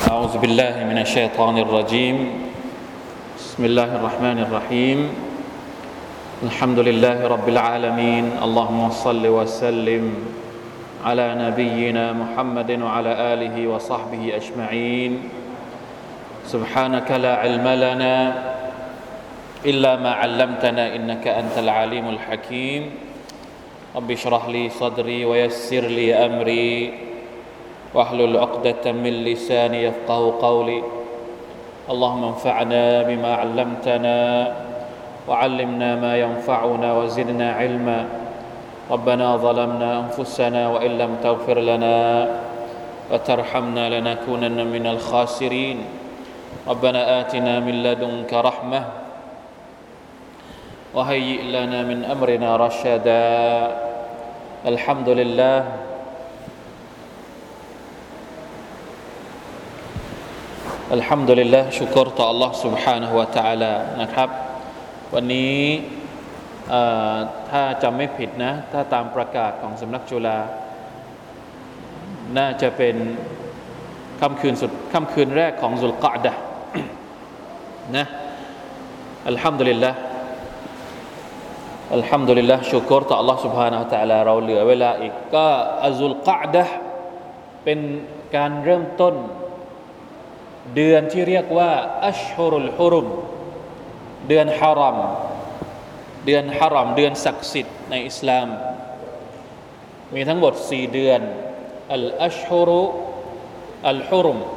أعوذ بالله من الشيطان الرجيم بسم الله الرحمن الرحيم الحمد لله رب العالمين اللهم صل وسلم على نبينا محمد وعلى آله وصحبه أجمعين سبحانك لا علم لنا إلا ما علمتنا إنك أنت العليم الحكيم رب اشرح لي صدري ويسر لي أمري واحلل عقدة من لساني يفقهوا قولي اللهم انفعنا بما علمتنا وعلمنا ما ينفعنا وزدنا علما ربنا ظلمنا أنفسنا وإن لم تغفر لنا وترحمنا لنكونن من الخاسرين ربنا آتنا من لدنك رحمة وهيئ لنا من أمرنا رشدا الحمد للهอัลฮัมดุลิลลาห์ชุกรต่อ Allah سبحانه และ تعالى นะครับวันนี้ถ้าจำไม่ผิดนะถ้าตามประกาศของสำนักจุฬาน่าจะเป็นค่ำคืนแรกของซุลกออดะห์นะอัลฮัมดุลิลลาห์อัลฮัมดุลิลลาห์ชุกรต่อ Allah سبحانه และ تعالى เราเหลือเวลาอีกก็ซุลกออดะห์เป็นการเริ่มต้นเดือนที่เรียกว่าอัชฮุรุลฮุรุมเดือนฮารอมเดือนศักดิ์สิทธิ์ในอิสลามมีทั้งหมด4เดือนอัลอัชฮุรุอัลฮุรุม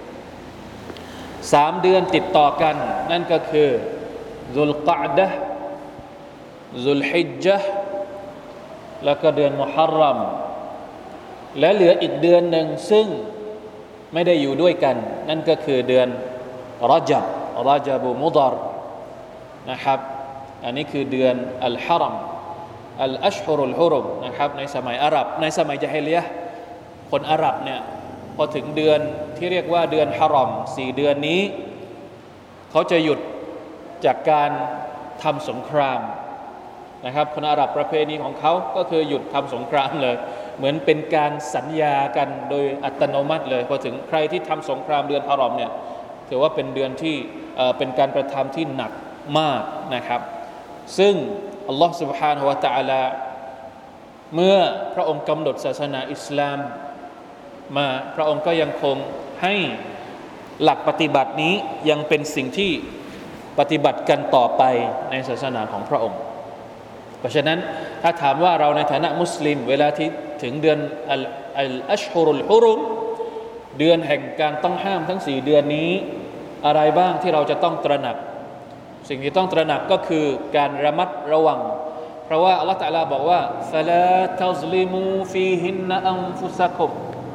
3เดือนติดต่อกันนั่นก็คือซุลกออดะห์ซุลฮิจญะห์แล้วก็เดือนมุฮัรรอมและเหลืออีกเดือนหนึ่งซึ่งไม่ได้อยู่ด้วยกันนั่นก็คือเดือนรอญับมุฎอรนะครับอันนี้คือเดือนอัลฮารอมอัลอัชฮุรุลฮุรุมนะครับในสมัยอาหรับในสมัยญะฮิลิยะห์คนอาหรับเนี่ยพอถึงเดือนที่เรียกว่าเดือนฮารอม4เดือนนี้เขาจะหยุดจากการทำสงครามนะครับคนอาหรับประเพณีของเขาก็คือหยุดทำสงครามเลยเหมือนเป็นการสัญญากันโดยอัตโนมัติเลยพอถึงใครที่ทำสงครามเดือนฮารอมเนี่ยถือว่าเป็นเดือนที่เป็นการกระทำที่หนักมากนะครับซึ่งอัลลอฮฺ سبحانه และ تعالى เมื่อพระองค์กำหนดศาสนาอิสลามมาพระองค์ก็ยังคงให้หลักปฏิบัตินี้ยังเป็นสิ่งที่ปฏิบัติกันต่อไปในศาสนาของพระองค์เพราะฉะนั้นถ้าถามว่าเราในฐานะมุสลิมเวลาที่ถึงเดือนอัลอัชฮุรุลฮุรุมเดือนแห่งการต้องห้ามทั้ง4เดือนนี้อะไรบ้างที่เราจะต้องตระหนักสิ่งที่ต้องตระหนักก็คือการระมัดระวังเพราะว่าอัลเลาะห์ตะอาลาบอกว่าฟะลาตัซลิมูฟีฮินนะอันฟุซะกุม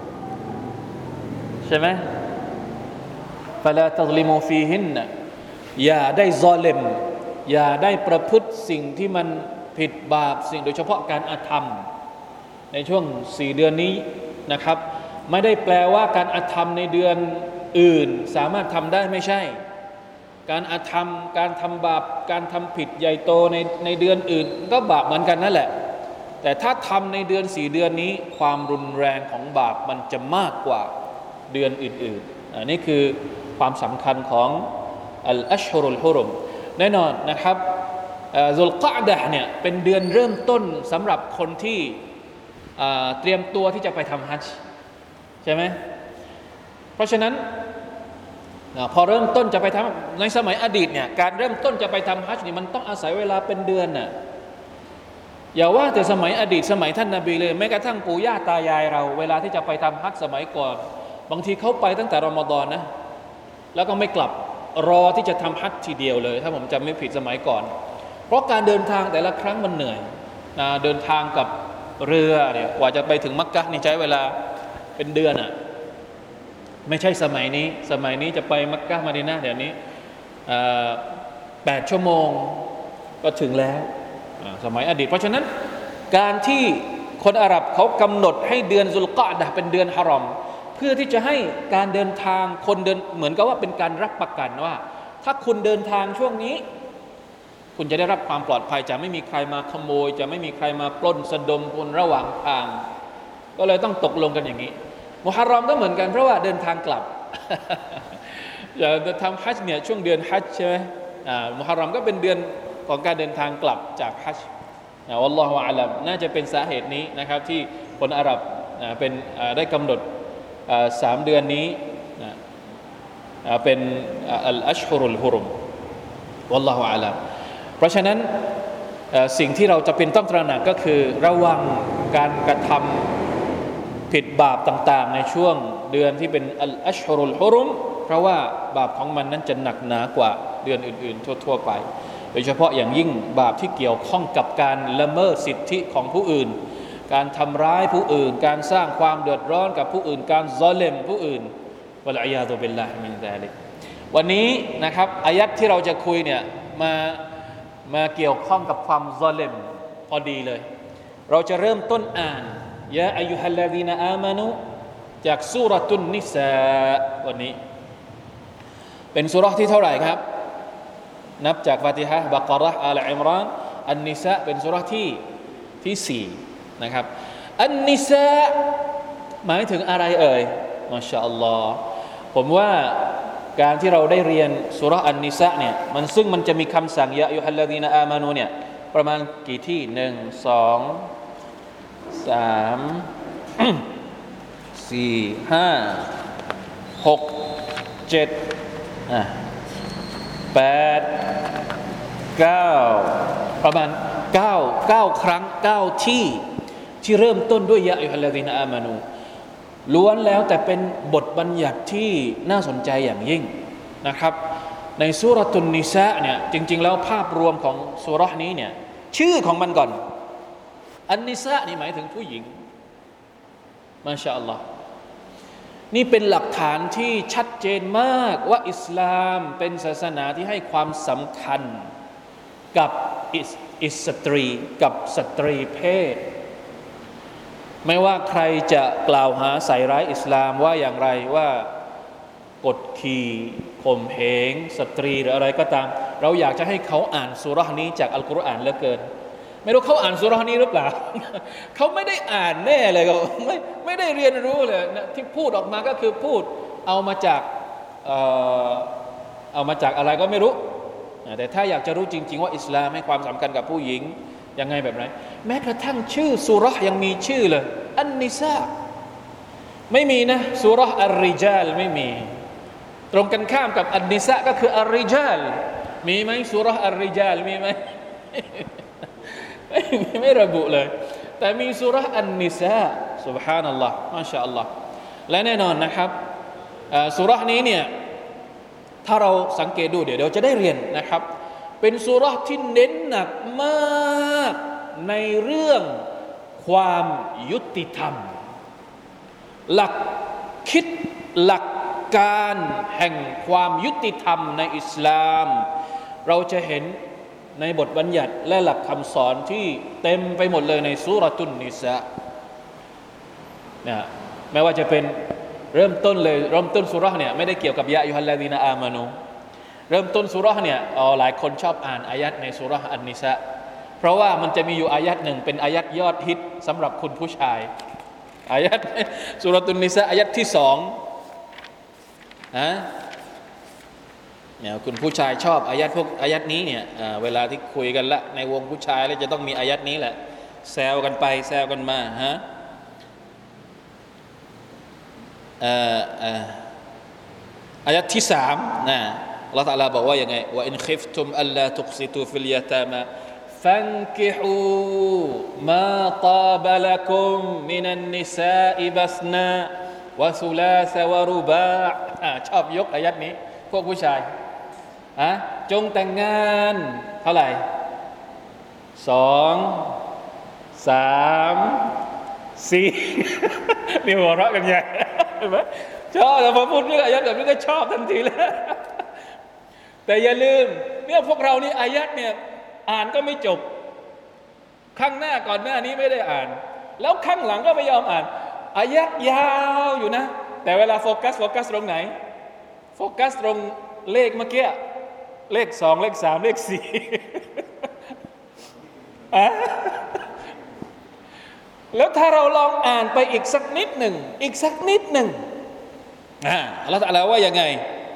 ใช่ไหมฟะลาตัซลิมูฟีฮินนะอย่าได้ซอลิมอย่าได้ประพฤติสิ่งที่มันผิดบาปสิ่งโดยเฉพาะการอาธรรมในช่วง4เดือนนี้นะครับไม่ได้แปลว่าการอาธรรมในเดือนอื่นสามารถทำได้ไม่ใช่การอาธรรมการทำบาปการทำผิดใหญ่โตในเดือนอื่นก็บาปเหมือนกันนั่นแหละแต่ถ้าทำในเดือน4เดือนนี้ความรุนแรงของบาปมันจะมากกว่าเดือนอื่นๆอันนี้คือความสำคัญของอัลอัชฮุรุลฮุรุมแน่นอนนะครับซุลกออดะห์เนี่ยเป็นเดือนเริ่มต้นสำหรับคนที่เตรียมตัวที่จะไปทำฮัจญ์ใช่ไหมเพราะฉะนั้นพอเริ่มต้นจะไปทำในสมัยอดีตเนี่ยการเริ่มต้นจะไปทำฮัจญ์นี่มันต้องอาศัยเวลาเป็นเดือนน่ะอย่าว่าแต่สมัยอดีตสมัยท่านนบีเลยแม้กระทั่งปู่ย่าตายายเราเวลาที่จะไปทำฮัจญ์สมัยก่อนบางทีเขาไปตั้งแต่รอมฎอนนะแล้วก็ไม่กลับรอที่จะทำฮัจญ์ทีเดียวเลยถ้าผมจำไม่ผิดสมัยก่อนเพราะการเดินทางแต่ละครั้งมันเหนื่อยนะเดินทางกับเรือเนี่ยกว่าจะไปถึงมักกะฮ์นี่ใช้เวลาเป็นเดือนอ่ะไม่ใช่สมัยนี้จะไปมักกะฮ์มะดีนะห์เดี๋ยวนี้8 ชั่วโมงก็ถึงแล้วสมัยอดีตเพราะฉะนั้นการที่คนอาหรับเขากำหนดให้เดือนซุลกออดะห์เป็นเดือนฮารอมเพื่อที่จะให้การเดินทางคนเดินเหมือนกับว่าเป็นการรับประกันว่าถ้าคุณเดินทางช่วงนี้คุณจะได้รับความปลอดภัยจะไม่มีใครมาขโมยจะไม่มีใครมาปล้นสะดมคุณระหว่างทางก็เลยต้องตกลงกันอย่างนี้มุฮัรรอมก็เหมือนกันเพราะว่าเดินทางกลับอย่าทำฮัจญ์เนี่ยช่วงเดือนฮัจญ์ใช่ไหมมุฮัรรอมก็เป็นเดือนของการเดินทางกลับจากฮัจญ์วัลลอฮุอาลัมน่าจะเป็นสาเหตุนี้นะครับที่คนอาหรับเป็นได้กำหนด3 เดือนนี้เป็นอัลอัชฮุรุลฮุรุมวัลลอฮุอาลัมเพราะฉะนั้นสิ่งที่เราจะเป็นต้องตระหนักก็คือระวังการกระทำผิดบาปต่างๆในช่วงเดือนที่เป็นอัลอัชฮุรุลฮุรุมเพราะว่าบาปของมันนั้นจะหนักหนากว่าเดือนอื่นๆทั่วๆไปโดยเฉพาะอย่างยิ่งบาปที่เกี่ยวข้องกับการละเมิดสิทธิของผู้อื่นการทำร้ายผู้อื่นการสร้างความเดือดร้อนกับผู้อื่นการซอเลมผู้อื่นวะลัยยาตุบิลลาฮิมินซาลิกวันนี้นะครับอายัดที่เราจะคุยเนี่ยมาเกี่ยวข้องกับความซอเลมพอดีเลยเราจะเริ่มต้นอ่านยาอัยยูฮัลลาดีนอามานุจากซูเราะตุนนิสาวันนี้เป็นซูเราะห์ที่เท่าไหร่ครับนับจากฟาติฮะห์บะเกาะเราะห์อาลอิมรานอันนิสาเป็นซูเราะห์ที่4นะครับอันนิสาหมายถึงอะไรเอ่ยมาชาอัลลอฮ์ผมว่าการที่เราได้เรียนซูเราะห์อันนิสาเนี่ยซึ่งมันจะมีคำสั่งยาอัยยูฮัลลาดีนอามานูเนี่ยประมาณกี่ที่1 2 3 4 5 6 7 8 9ประมาณ9ครั้ง9ที่เริ่มต้นด้วยยาอัยยูฮัลลาดีนอามานูล้วนแล้วแต่เป็นบทบัญญัติที่น่าสนใจอย่างยิ่งนะครับในซูเราะตุนนิสาเนี่ยจริงๆแล้วภาพรวมของซูเราะห์นี้เนี่ยชื่อของมันก่อนอันนิสานี่หมายถึงผู้หญิงมาชาอัลลอฮ์นี่เป็นหลักฐานที่ชัดเจนมากว่าอิสลามเป็นศาสนาที่ให้ความสำคัญกับสตรีกับสตรีเพศไม่ว่าใครจะกล่าวหาใส่ร้ายอิสลามว่าอย่างไรว่ากดขี่ข่มเหงสตรีหรืออะไรก็ตามเราอยากจะให้เขาอ่านซูเราะห์นี้จากอัลกุรอานเหลือเกินไม่รู้เขาอ่านซูเราะห์นี้หรือเปล่า เขาไม่ได้อ่านแน่เลยเขาไม่ได้เรียนรู้เลยที่พูดออกมาก็คือพูดเอามาจากอะไรก็ไม่รู้แต่ถ้าอยากจะรู้จริงๆว่าอิสลามให้ความสำคัญกับผู้หญิงยังไงแบบไหนแม้กระทั่งชื่อซูเราะห์ยังมีชื่อเลยอันนิสาไม่มีนะซูเราะห์อัรริญาลไม่มีตรงกันข้ามกับอันนิสาก็คืออัรริญาลมีไหมซูเราะห์อัรริญาลมีไหม ไม่ระบุเลยแต่มีซูเราะห์อันนิสาซุบฮานัลลอฮ์มาชาอัลลอฮ์และแน่นอนนะครับซูเราะห์นี้เนี่ยถ้าเราสังเกตดูเดี๋ยวจะได้เรียนนะครับเป็นซูเราะห์ที่เน้นหนักมากในเรื่องความยุติธรรมหลักคิดหลักการแห่งความยุติธรรมในอิสลามเราจะเห็นในบทบัญญัติและหลักคำสอนที่เต็มไปหมดเลยในซูเราะตุนนิสาเนี่ยไม่ว่าจะเป็นเริ่มต้นซูเราะห์เนี่ยไม่ได้เกี่ยวกับยาอัยยูฮัลลาดีนอามานูเริ่มต้นซูเราะห์เนี่ยหลายคนชอบอ่านอายัดในซูเราะห์อันนิสาเพราะว่ามันจะมีอยู่อายัดหนึ่งเป็นอายัดยอดฮิตสำหรับคุณผู้ชายอายัดซูเราะตุนนิสาอายัดที่2เนี่ยคุณผู้ชายชอบอายัดนี้เนี่ยเวลาที่คุยกันละในวงผู้ชายแล้วจะต้องมีอายัดนี้แหละแซวกันไปแซวกันมาฮะอายัดที่3นะอัลเลาะห์ตะอาลาบอกว่ายังไงว่าอินคิฟตุมอัลลาตุกซิตูฟิลยะตามาฟันกิฮูมาตาบะละกุมมินันนิซาอิบัสนาวะซุลาซะวะรุบาชอบยกอายัดนี้พวกผู้ชายจงแต่งงานเท่าไหร่2 3 4นี่หัวเราะกันใหญ่เห็นไหมชอบแต่พอพูดเรื่องอายัดแบบนี้ก็ชอบทันทีเลยแต่อย่าลืมเนี่ยพวกเรานี่อายัดเนี่ยอ่านก็ไม่จบข้างหน้าก่อนหน้านี้ไม่ได้อ่านแล้วข้างหลังก็ไม่ยอมอ่านอายัดยาวอยู่นะแต่เวลาโฟกัสตรงไหนโฟกัสตรงเลขเมื่อกี้เลข2เลข3เลข4แล้วถ้าเราลองอ่านไปอีกสักนิดหนึ่งอัลลอฮฺตะอาลาว่ายังไง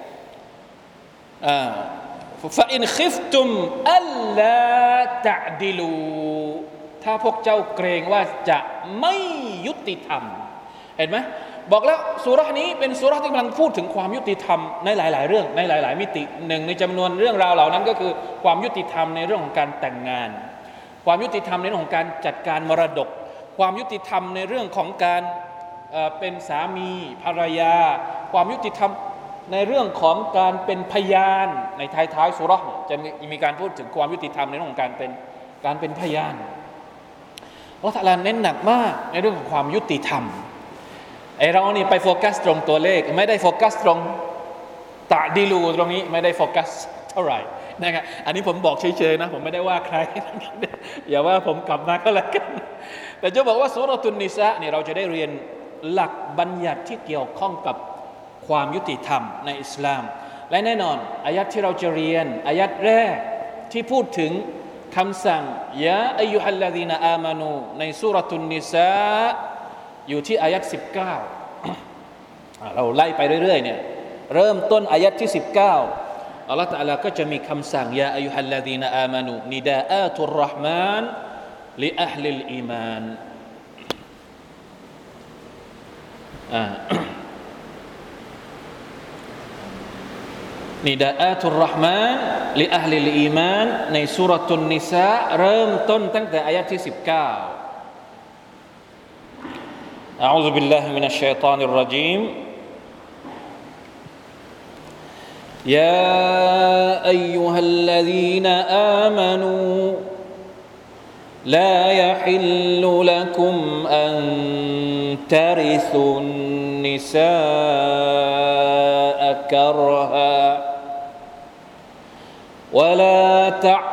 ฟะอินคิฟตุมอัลลาตะดิลูถ้าพวกเจ้าเกรงว่าจะไม่ยุติธรรมเห็นไหมบอกแล้วซูเราะห์นี้เป็นซูเราะห์ที่กำลังพูดถึงความยุติธรรมในหลายๆเรื่องในหลายๆมิติหนึ่งในจำนวนเรื่องราวเหล่านั้นก็คือความยุติธรรมในเรื่องของการแต่งงานความยุติธรรมในเรื่องของการจัดการมรดกความยุติธรรมในเรื่องของการเป็นสามีภรรยาความยุติธรรมในเรื่องของการเป็นพยานในท้ายๆซูเราะห์จะมีการพูดถึงความยุติธรรมในเรื่องของการเป็นพยานอัลเลาะห์ตะอาลาเน้นหนักมากในเรื่องของความยุติธรรมไอเรานี่ไปโฟกัสตรงตัวเลขไม่ได้โฟกัสตรงตะดีลูตรงนี้ไม่ได้โฟกัสเท่าไหร่นะครับอันนี้ผมบอกเฉยๆนะผมไม่ได้ว่าใครอย่าว่าผมกลับมาก็แล้วกันแต่จะบอกว่าซูเราะตุนนิสาเนี่ยเราจะได้เรียนหลักบัญญัติที่เกี่ยวข้องกับความยุติธรรมในอิสลามและแน่นอนอายัดที่เราจะเรียนอายัดแรกที่พูดถึงคำสั่งยาอัยยูฮัลลาซีนาอามานูในซูเราะตุนนิสาอยู่ที่อายัด19เราไล่ไปเรื่อยๆเนี่ยเริ่มต้นอายัดที่19อัลเลาะห์ตะอาลาก็จะมีคำสั่งยาอัยยูฮัลลาซีนาอามานูนิดาอาตุรเราะห์มานลิอะฮลิลอีมานนิดาอาตุรเราะห์มานลิอะฮลิลอีมานในซูเราะตุนนิสาเริ่มต้นตั้งแต่อายัดที่19أعوذ بالله من الشيطان الرجيم يا أيها الذين آمنوا لا يحل لكم أن ترثوا النساء كرها ولا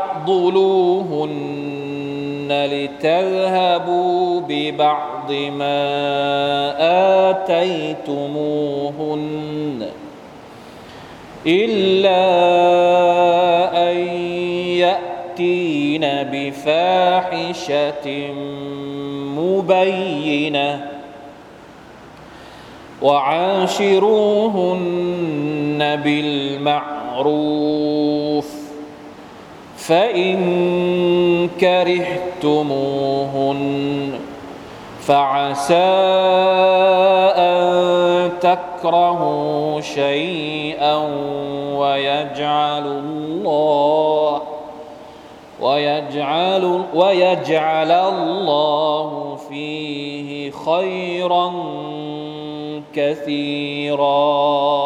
تعضلوهن لتذهبوا ببعض ما آتيتموهن إلا أن يأتين بفاحشة مبينة وعاشروهن بالمعروف فإن كرهتموهن فعسى أن تكرهوا شيئا ويجعل الله فيه خيرا كثيرا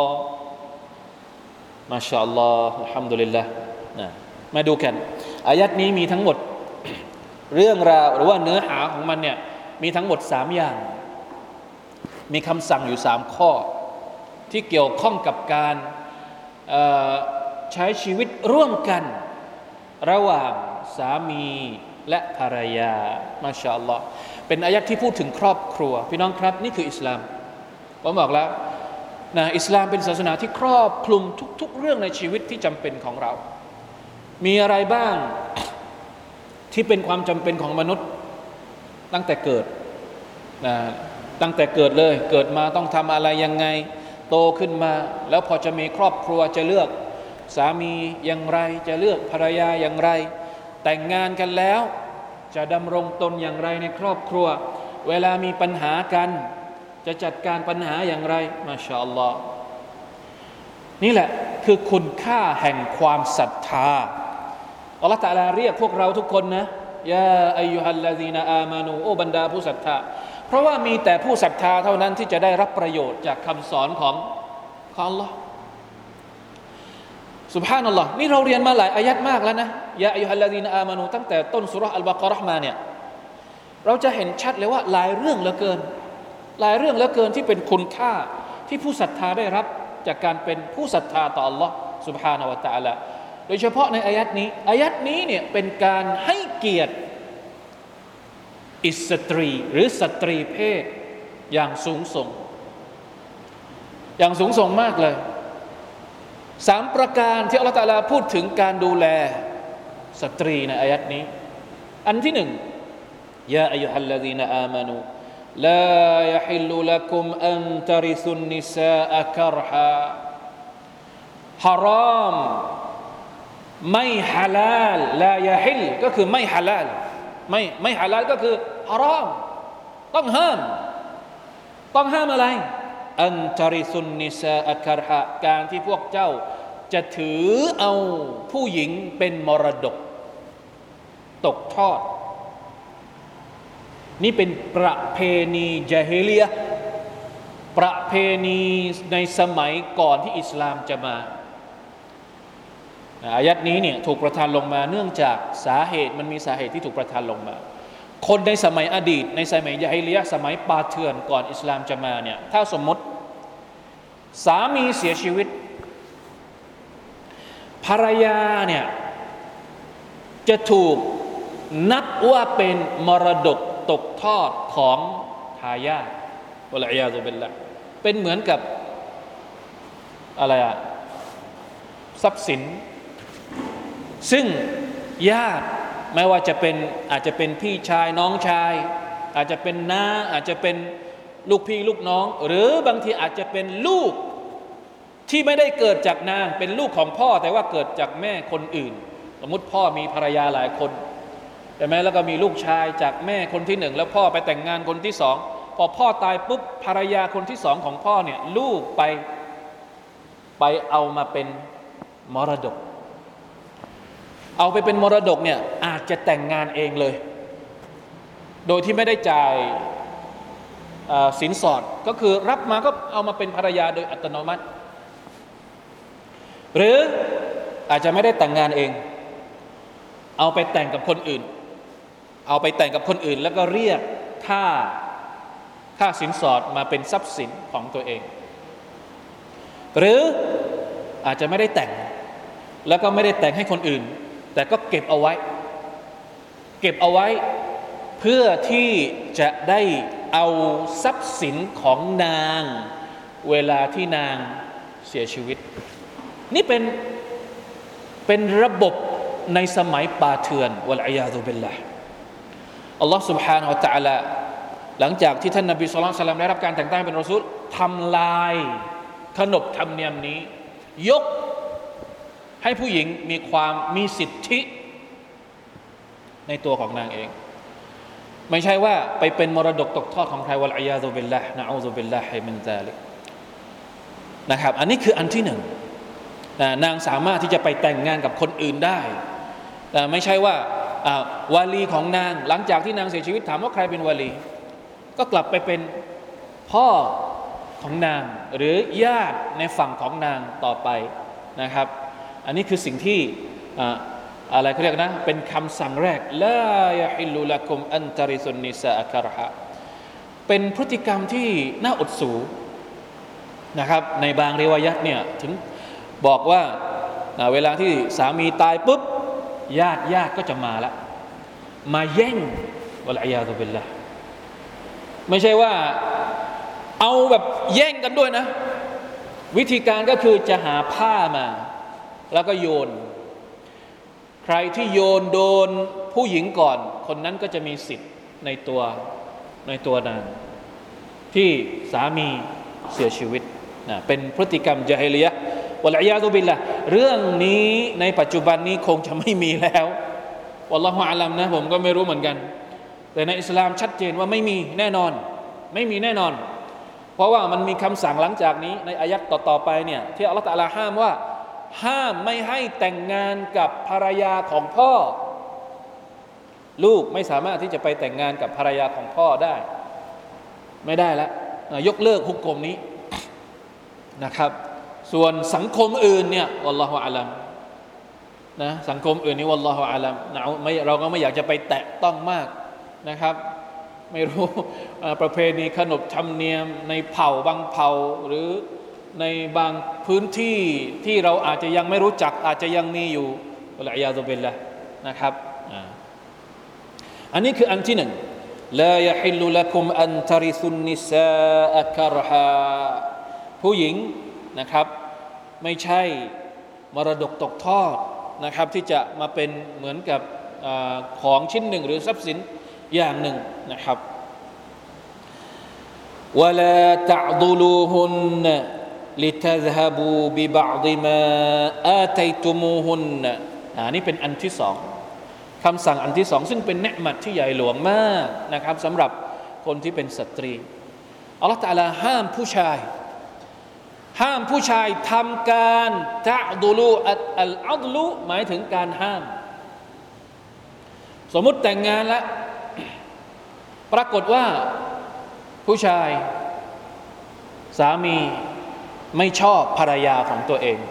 ما شاء الله الحمد لله มาดูกันอายัดนี้มีทั้งหมดเรื่องราวหรือว่าเนื้อหาของมันเนี่ยมีทั้งหมด3อย่างมีคำสั่งอยู่3ข้อที่เกี่ยวข้องกับการใช้ชีวิตร่วมกันระหว่างสามีและภรรยามาชาอัลลอฮ์เป็นอายัดที่พูดถึงครอบครัวพี่น้องครับนี่คืออิสลามผมบอกแล้วนะอิสลามเป็นศาสนาที่ครอบคลุมทุกๆเรื่องในชีวิตที่จำเป็นของเรามีอะไรบ้างที่เป็นความจำเป็นของมนุษย์ตั้งแต่เกิดนะตั้งแต่เกิดเลยเกิดมาต้องทำอะไรยังไงโตขึ้นมาแล้วพอจะมีครอบครัวจะเลือกสามีอย่างไรจะเลือกภรรยาอย่างไรแต่งงานกันแล้วจะดำรงตนอย่างไรในครอบครัวเวลามีปัญหากันจะจัดการปัญหาอย่างไรมาชาอัลลอฮ์นี่แหละคือคุณค่าแห่งความศรัทธาอัลลอฮฺตะอาลาเรียกพวกเราทุกคนนะยาอัยยูฮัลลาซีนาอามานูโอบรรดาผู้ศรัทธาเพราะว่ามีแต่ผู้ศรัทธาเท่านั้นที่จะได้รับประโยชน์จากคำสอนของอัลลอฮ์ซุบฮานัลลอฮ์นี่เราเรียนมาหลายอายัดมากแล้วนะยาอัยยูฮัลลาซีนาอามานูตั้งแต่ต้นซูเราะห์อัลบะเกาะเราะห์มาเนี่ยเราจะเห็นชัดเลยว่าหลายเรื่องเหลือเกินที่เป็นคุณค่าที่ผู้ศรัทธาได้รับจากการเป็นผู้ศรัทธาต่ออัลลอฮ์ซุบฮานะฮูวะตะอาลาโดยเฉพาะในอายัดนี้เนี่ยเป็นการให้เกียรติอิสตรีหรือสตรีเพศอย่างสูงส่งมากเลย3ประการที่อัลเลาะห์ตะอาลาพูดถึงการดูแลสตรีในอายัดนี้อันที่1ยาอัยยูฮัลลาซีนาอามานู لا يحل لكم أن ترثوا النساء كرها ฮารอมไม่ฮาลาลลายาฮิลก็คือไม่ฮาลาลไม่ฮาลาลก็คือฮารอมต้องห้ามอะไรอันตริสุนนิสาอักรหะการที่พวกเจ้าจะถือเอาผู้หญิงเป็นมรดกตกทอดนี่เป็นประเพณีญะฮิลิยะห์ประเพณีในสมัยก่อนที่อิสลามจะมาอายัดนี้เนี่ยถูกประทานลงมาเนื่องจากสาเหตุมันมีสาเหตุที่ถูกประทานลงมาคนในสมัยอดีตในสมัยญะฮิลิยะห์สมัยปาเถื่อนก่อนอิสลามจะมาเนี่ยถ้าสมมติสามีเสียชีวิตภรรยาเนี่ยจะถูกนับว่าเป็นมรดกตกทอดของทายาทวะลัยยาซุบิลละห์เป็นเหมือนกับอะไรอะทรัพย์สินซึ่งญาติไม่ว่าจะเป็นอาจจะเป็นพี่ชายน้องชายอาจจะเป็นน้าอาจจะเป็นลูกพี่ลูกน้องหรือบางทีอาจจะเป็นลูกที่ไม่ได้เกิดจากนางเป็นลูกของพ่อแต่ว่าเกิดจากแม่คนอื่นสมมติพ่อมีภรรยาหลายคนแต่แม้แล้วก็มีลูกชายจากแม่คนที่หนึ่งแล้วพ่อไปแต่งงานคนที่สองพอพ่อตายปุ๊บภรรยาคนที่สองของพ่อเนี่ยลูกไปเอามาเป็นมรดกเอาไปเป็นมรดกเนี่ยอาจจะแต่งงานเองเลยโดยที่ไม่ได้จ่ายสินสอดก็คือรับมาก็เอามาเป็นภรรยาโดยอัตโนมัติหรืออาจจะไม่ได้แต่งงานเองเอาไปแต่งกับคนอื่นแล้วก็เรียกค่าสินสอดมาเป็นทรัพย์สินของตัวเองหรืออาจจะไม่ได้แต่งแล้วก็ไม่ได้แต่งให้คนอื่นแต่ก็เก็บเอาไว้เพื่อที่จะได้เอาทรัพย์สินของนางเวลาที่นางเสียชีวิตนี่เป็นระบบในสมัยปาเถื่อนวะลัยยาซุบิลลาห์อัลลอฮฺ سبحانه และ تعالى หลังจากที่ท่านนบีศ็อลลัลลอฮุอะลัยฮิวะซัลลัมได้รับการแต่งตั้งเป็นรอซูลทำลายขนบธรรมเนียมนี้ยกให้ผู้หญิงมีสิทธิในตัวของนางเองไม่ใช่ว่าไปเป็นมรดกตกทอดของใครวะลัยยาซุบิลลาห์นะอูซุบิลลาฮิมินซาลิกนะครับอันนี้คืออันที่หนึ่งนางสามารถที่จะไปแต่งงานกับคนอื่นได้ไม่ใช่ว่าวาลีของนางหลังจากที่นางเสียชีวิตถามว่าใครเป็นวาลีก็กลับไปเป็นพ่อของนางหรือญาติในฝั่งของนางต่อไปนะครับอันนี้คือสิ่งที่อะไรเขาเรียกนะเป็นคำสั่งแรกลายะฮิลลุละกุมอันตริสุนนิสาอักรหะเป็นพฤติกรรมที่น่าอดสูนะครับในบางริวายัตเนี่ยถึงบอกว่าเวลาที่สามีตายปุ๊บญาติก็จะมาละมาแย่งวะลัยยาซุบิลลาห์ไม่ใช่ว่าเอาแบบแย่งกันด้วยนะวิธีการก็คือจะหาผ้ามาแล้วก็โยนใครที่โยนโดนผู้หญิงก่อนคนนั้นก็จะมีสิทธิ์ในตัวนางที่สามีเสียชีวิตเป็นพฤติกรรมญะฮิลิยะห์วะลัยยาซุบิลลาห์เรื่องนี้ในปัจจุบันนี้คงจะไม่มีแล้ววัลลอฮุอะลัมนะผมก็ไม่รู้เหมือนกันแต่ในอิสลามชัดเจนว่าไม่มีแน่นอนเพราะว่ามันมีคำสั่งหลังจากนี้ในอายัดต่อไปเนี่ยที่อัลเลาะห์ตะอาลาห้ามว่าห้ามไม่ให้แต่งงานกับภรรยาของพ่อลูกไม่สามารถที่จะไปแต่งงานกับภรรยาของพ่อได้ไม่ได้แล้วยกเลิกฮุกกลมนี้นะครับส่วนสังคมอื่นเนี่ยวัลลอฮุอะลัมนะสังคมอื่นนี่วัลลอฮุอะลัมเราก็ไม่อยากจะไปแตะต้องมากนะครับไม่รู้ประเพณีขนบธรรมเนียมในเผ่าบางเผ่าหรือในบางพื้นที่ที่เราอาจจะยังไม่รู้จักอาจจะยังมีอยู่วะลัยยาซุบิลลาห์นะครับอันนี้คืออันที่หนึ่งลายะฮิลลุละกุมอันตริสุนนิสาอักรฮาผู้หญิงนะครับไม่ใช่มรดกตกทอดนะครับที่จะมาเป็นเหมือนกับของชิ้นหนึ่งหรือทรัพย์สินอย่างหนึ่งนะครับ ولا تعضلوهن لتذهبوا ببعض ما آتيتموهن นี่เป็นอันที่สองคำสั่งอันที่สองซึ่งเป็นเนืมัดที่ใหญ่หลวงมากนะครับสำหรับคนที่เป็นสตรีอัลลอฮฺตะอาลาห้ามผู้ชายทำการตะดุลูอัลอัดลุหมายถึงการห้ามสมมุติแต่งงานแล้วปรากฏว่าผู้ชายสามีไม่ชอบภรรยาของตัวเอง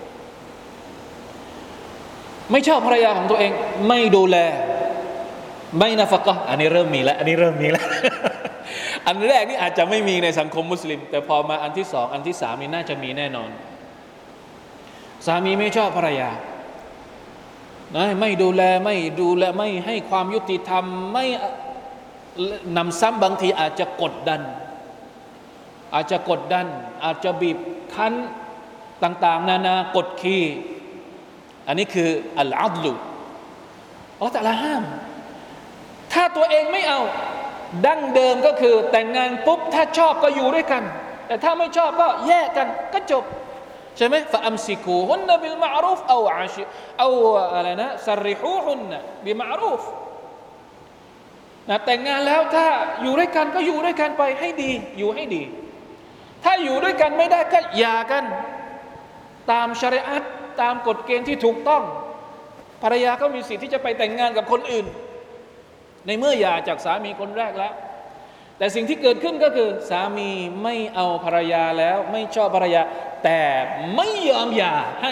ไม่ดูแลไม่นะฟักะห์อันนี้เริ่มมีแล้วอันแรกนี่อาจจะไม่มีในสังคมมุสลิมแต่พอมาอันที่สองอันที่สามนี่น่าจะมีแน่นอนสามีไม่ชอบภรรยาไม่ดูแลไม่ให้ความยุติธรรมไม่นำซ้ำบางทีอาจจะกดดันอาจจะบีบคั้นต่างๆนานากดขี่อันนี้คืออัลอัดลุอัลเลาะห์ตะอาลาห้ามถ้าตัวเองไม่เอาดั้งเดิมก็คือแต่งงานปุ๊บถ้าชอบก็อยู่ด้วยกันแต่ถ้าไม่ชอบก็แยกกันก็จบใช่ไหมฟะอัมซิกูฮุนนะบิลมะอรูฟเอาอะไรนะซะริฮูฮุนนะบิมะอรูฟนะแต่งงานแล้วถ้าอยู่ด้วยกันก็อยู่ด้วยกันไปให้ดีอยู่ให้ดีถ้าอยู่ด้วยกันไม่ได้ก็หย่ากันตามชะรีอะห์ตามกฎเกณฑ์ที่ถูกต้องภรรยาก็มีสิทธิ์ที่จะไปแต่งงานกับคนอื่นในเมื่อหย่าจากสามีคนแรกแล้วแต่สิ่งที่เกิดขึ้นก็คือสามีไม่เอาภรรยาแล้วไม่ชอบภรรยาแต่ไม่ยอมหย่าให้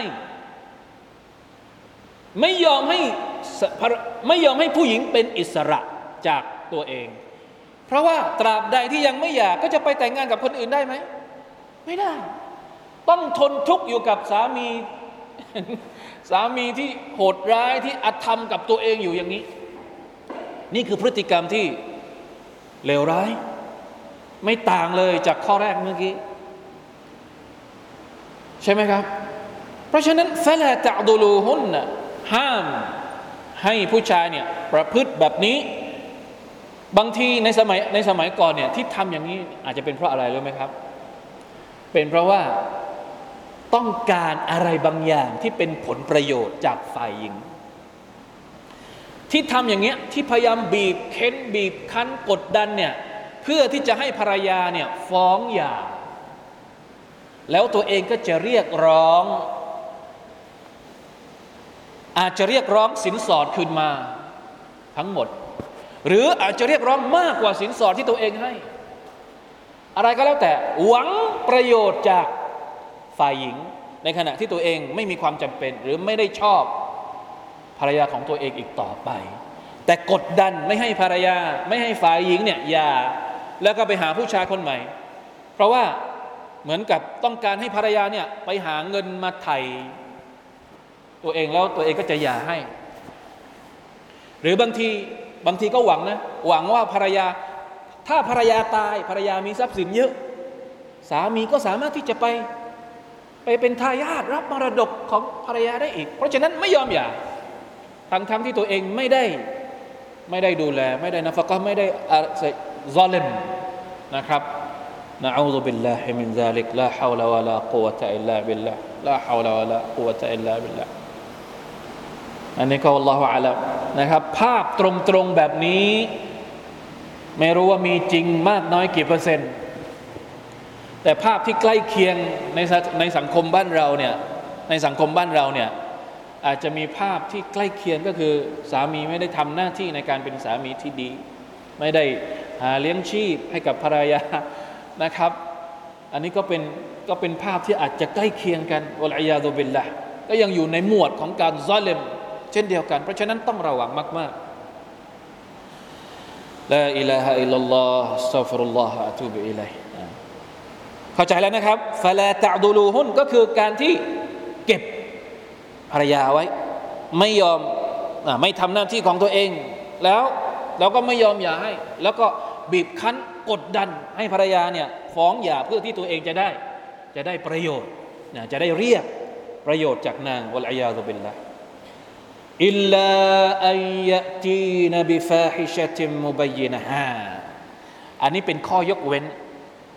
ไม่ยอมให้ผู้หญิงเป็นอิสระจากตัวเองเพราะว่าตราบใดที่ยังไม่หย่าก็จะไปแต่งงานกับคนอื่นได้ไหมไม่ได้ต้องทนทุกข์อยู่กับสามีที่โหดร้ายที่อธรรมกับตัวเองอยู่อย่างนี้นี่คือพฤติกรรมที่เลวร้ายไม่ต่างเลยจากข้อแรกเมื่อกี้ใช่ไหมครับเพราะฉะนั้นฟะลาตะดุลูฮุนนะห้ามให้ผู้ชายเนี่ยประพฤติแบบนี้บางทีในสมัยก่อนเนี่ยที่ทำอย่างนี้อาจจะเป็นเพราะอะไรรู้ไหมครับเป็นเพราะว่าต้องการอะไรบางอย่างที่เป็นผลประโยชน์จากฝ่ายหญิงที่ทำอย่างเงี้ยที่พยายามบีบเค้นบีบคั้นกดดันเนี่ยเพื่อที่จะให้ภรรยาเนี่ยฟ้องหย่าแล้วตัวเองก็จะเรียกร้องอาจจะเรียกร้องสินสอดคืนมาทั้งหมดหรืออาจจะเรียกร้องมากกว่าสินสอดที่ตัวเองให้อะไรก็แล้วแต่หวังประโยชน์จากฝ่ายหญิงในขณะที่ตัวเองไม่มีความจำเป็นหรือไม่ได้ชอบภรรยาของตัวเองอีกต่อไปแต่กดดันไม่ให้ภรรยาไม่ให้ฝ่ายหญิงเนี่ยหย่าแล้วก็ไปหาผู้ชายคนใหม่เพราะว่าเหมือนกับต้องการให้ภรรยาเนี่ยไปหาเงินมาไถ่ตัวเองแล้วตัวเองก็จะหย่าให้หรือบางทีก็หวังว่าภรรยาถ้าภรรยาตายภรรยามีทรัพย์สินเยอะสามีก็สามารถที่จะไปเป็นทายาทรับมรดกของภรรยาได้อีกเพราะฉะนั้นไม่ยอมหย่าทั้งที่ตัวเองไม่ได้ดูแลไม่ได้นะฟะกะห์ไม่ได้ซอลิมนะครับนะอูซุบิลลาฮิมินซาลิกลาฮาวละวะลากุวะตะอิลลาบิลลาฮ์ลาฮาวละวะลากุวะตะอิลลาบิลลาฮ์อันนี้ก็อัลลอฮุอะลัมนะครับภาพตรงๆแบบนี้ไม่รู้ว่ามีจริงมากน้อยกี่เปอร์เซ็นต์แต่ภาพที่ใกล้เคียงในสังคมบ้านเราเนี่ยอาจจะมีภาพที่ใกล้เคียงก็คือสามีไม่ได้ทำหน้าที่ในการเป็นสามีที่ดีไม่ได้หาเลี้ยงชีพให้กับภรรยานะครับอันนี้ก็เป็นภาพที่อาจจะใกล้เคียงกันวัลอียาซุบิลลาห์ก็ยังอยู่ในหมวดของการซอลิมเช่นเดียวกันเพราะฉะนั้นต้องระวังมากๆลาอิลาฮะอิลลัลลอฮ์อัสตัฆฟิรุลลอฮะอะตูบิอิลัยฮิเข้าใจแล้วนะครับฟะลาตะดุลูฮุนก็คือการที่เก็บภรรยาไว้ไม่ยอมไม่ทำหน้าที่ของตัวเองแล้วเราก็ไม่ยอมหย่าให้แล้วก็บีบคั้นกดดันให้ภรรยาเนี่ยฟ้องหย่าเพื่อที่ตัวเองจะได้ประโยชน์จะได้เรียกประโยชน์จากนางวัลอียาซุบิลลาห์อิลลาอัยยะตีนบิฟาฮิชะติมมุบัยยินะฮาอันนี้เป็นข้อยกเว้น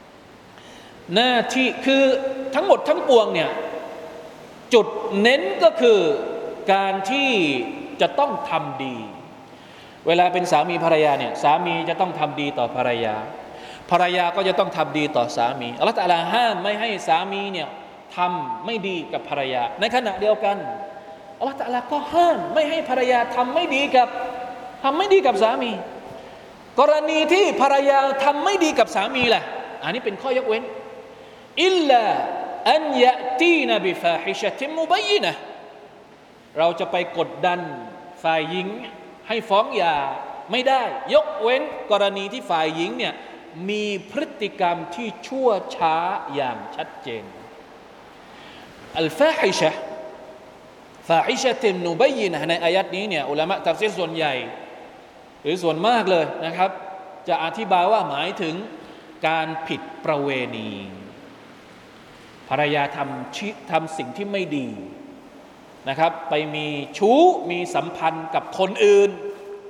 หน้าที่คือทั้งหมดทั้งปวงเนี่ยจุดเน้นก็คือการที่จะต้องทำดีเวลาเป็นสามีภรรยาเนี่ยสามีจะต้องทำดีต่อภรรยาภรรยาก็จะต้องทำดีต่อสามีอัลเลาะห์ตะอาลาห้ามไม่ให้สามีเนี่ยทำไม่ดีกับภรรยาในขณะเดียวกันอัลเลาะห์ตะอาลาก็ห้ามไม่ให้ภรรยาทำไม่ดีกับสามีกรณีที่ภรรยาทำไม่ดีกับสามีล่ะอันนี้เป็นข้อยกเว้นอิลลาอันยะตีนบิฟาฮิชะติมุบัยนะห์เราจะไปกดดันฝ่ายหญิงให้ฟ้องหย่าไม่ได้ยกเว้นกรณีที่ฝ่ายหญิงเนี่ยมีพฤติกรรมที่ชั่วช้าอย่างชัดเจนอัลฟาฮิชะติมุบัยนะห์ในอายัดนี้เนี่ยอุลามะตัฟซีรส่วนใหญ่หรือส่วนมากเลยนะครับจะอธิบายว่าหมายถึงการผิดประเวณีภรรยาทำสิ่งที่ไม่ดีนะครับไปมีชู้มีสัมพันธ์กับคนอื่น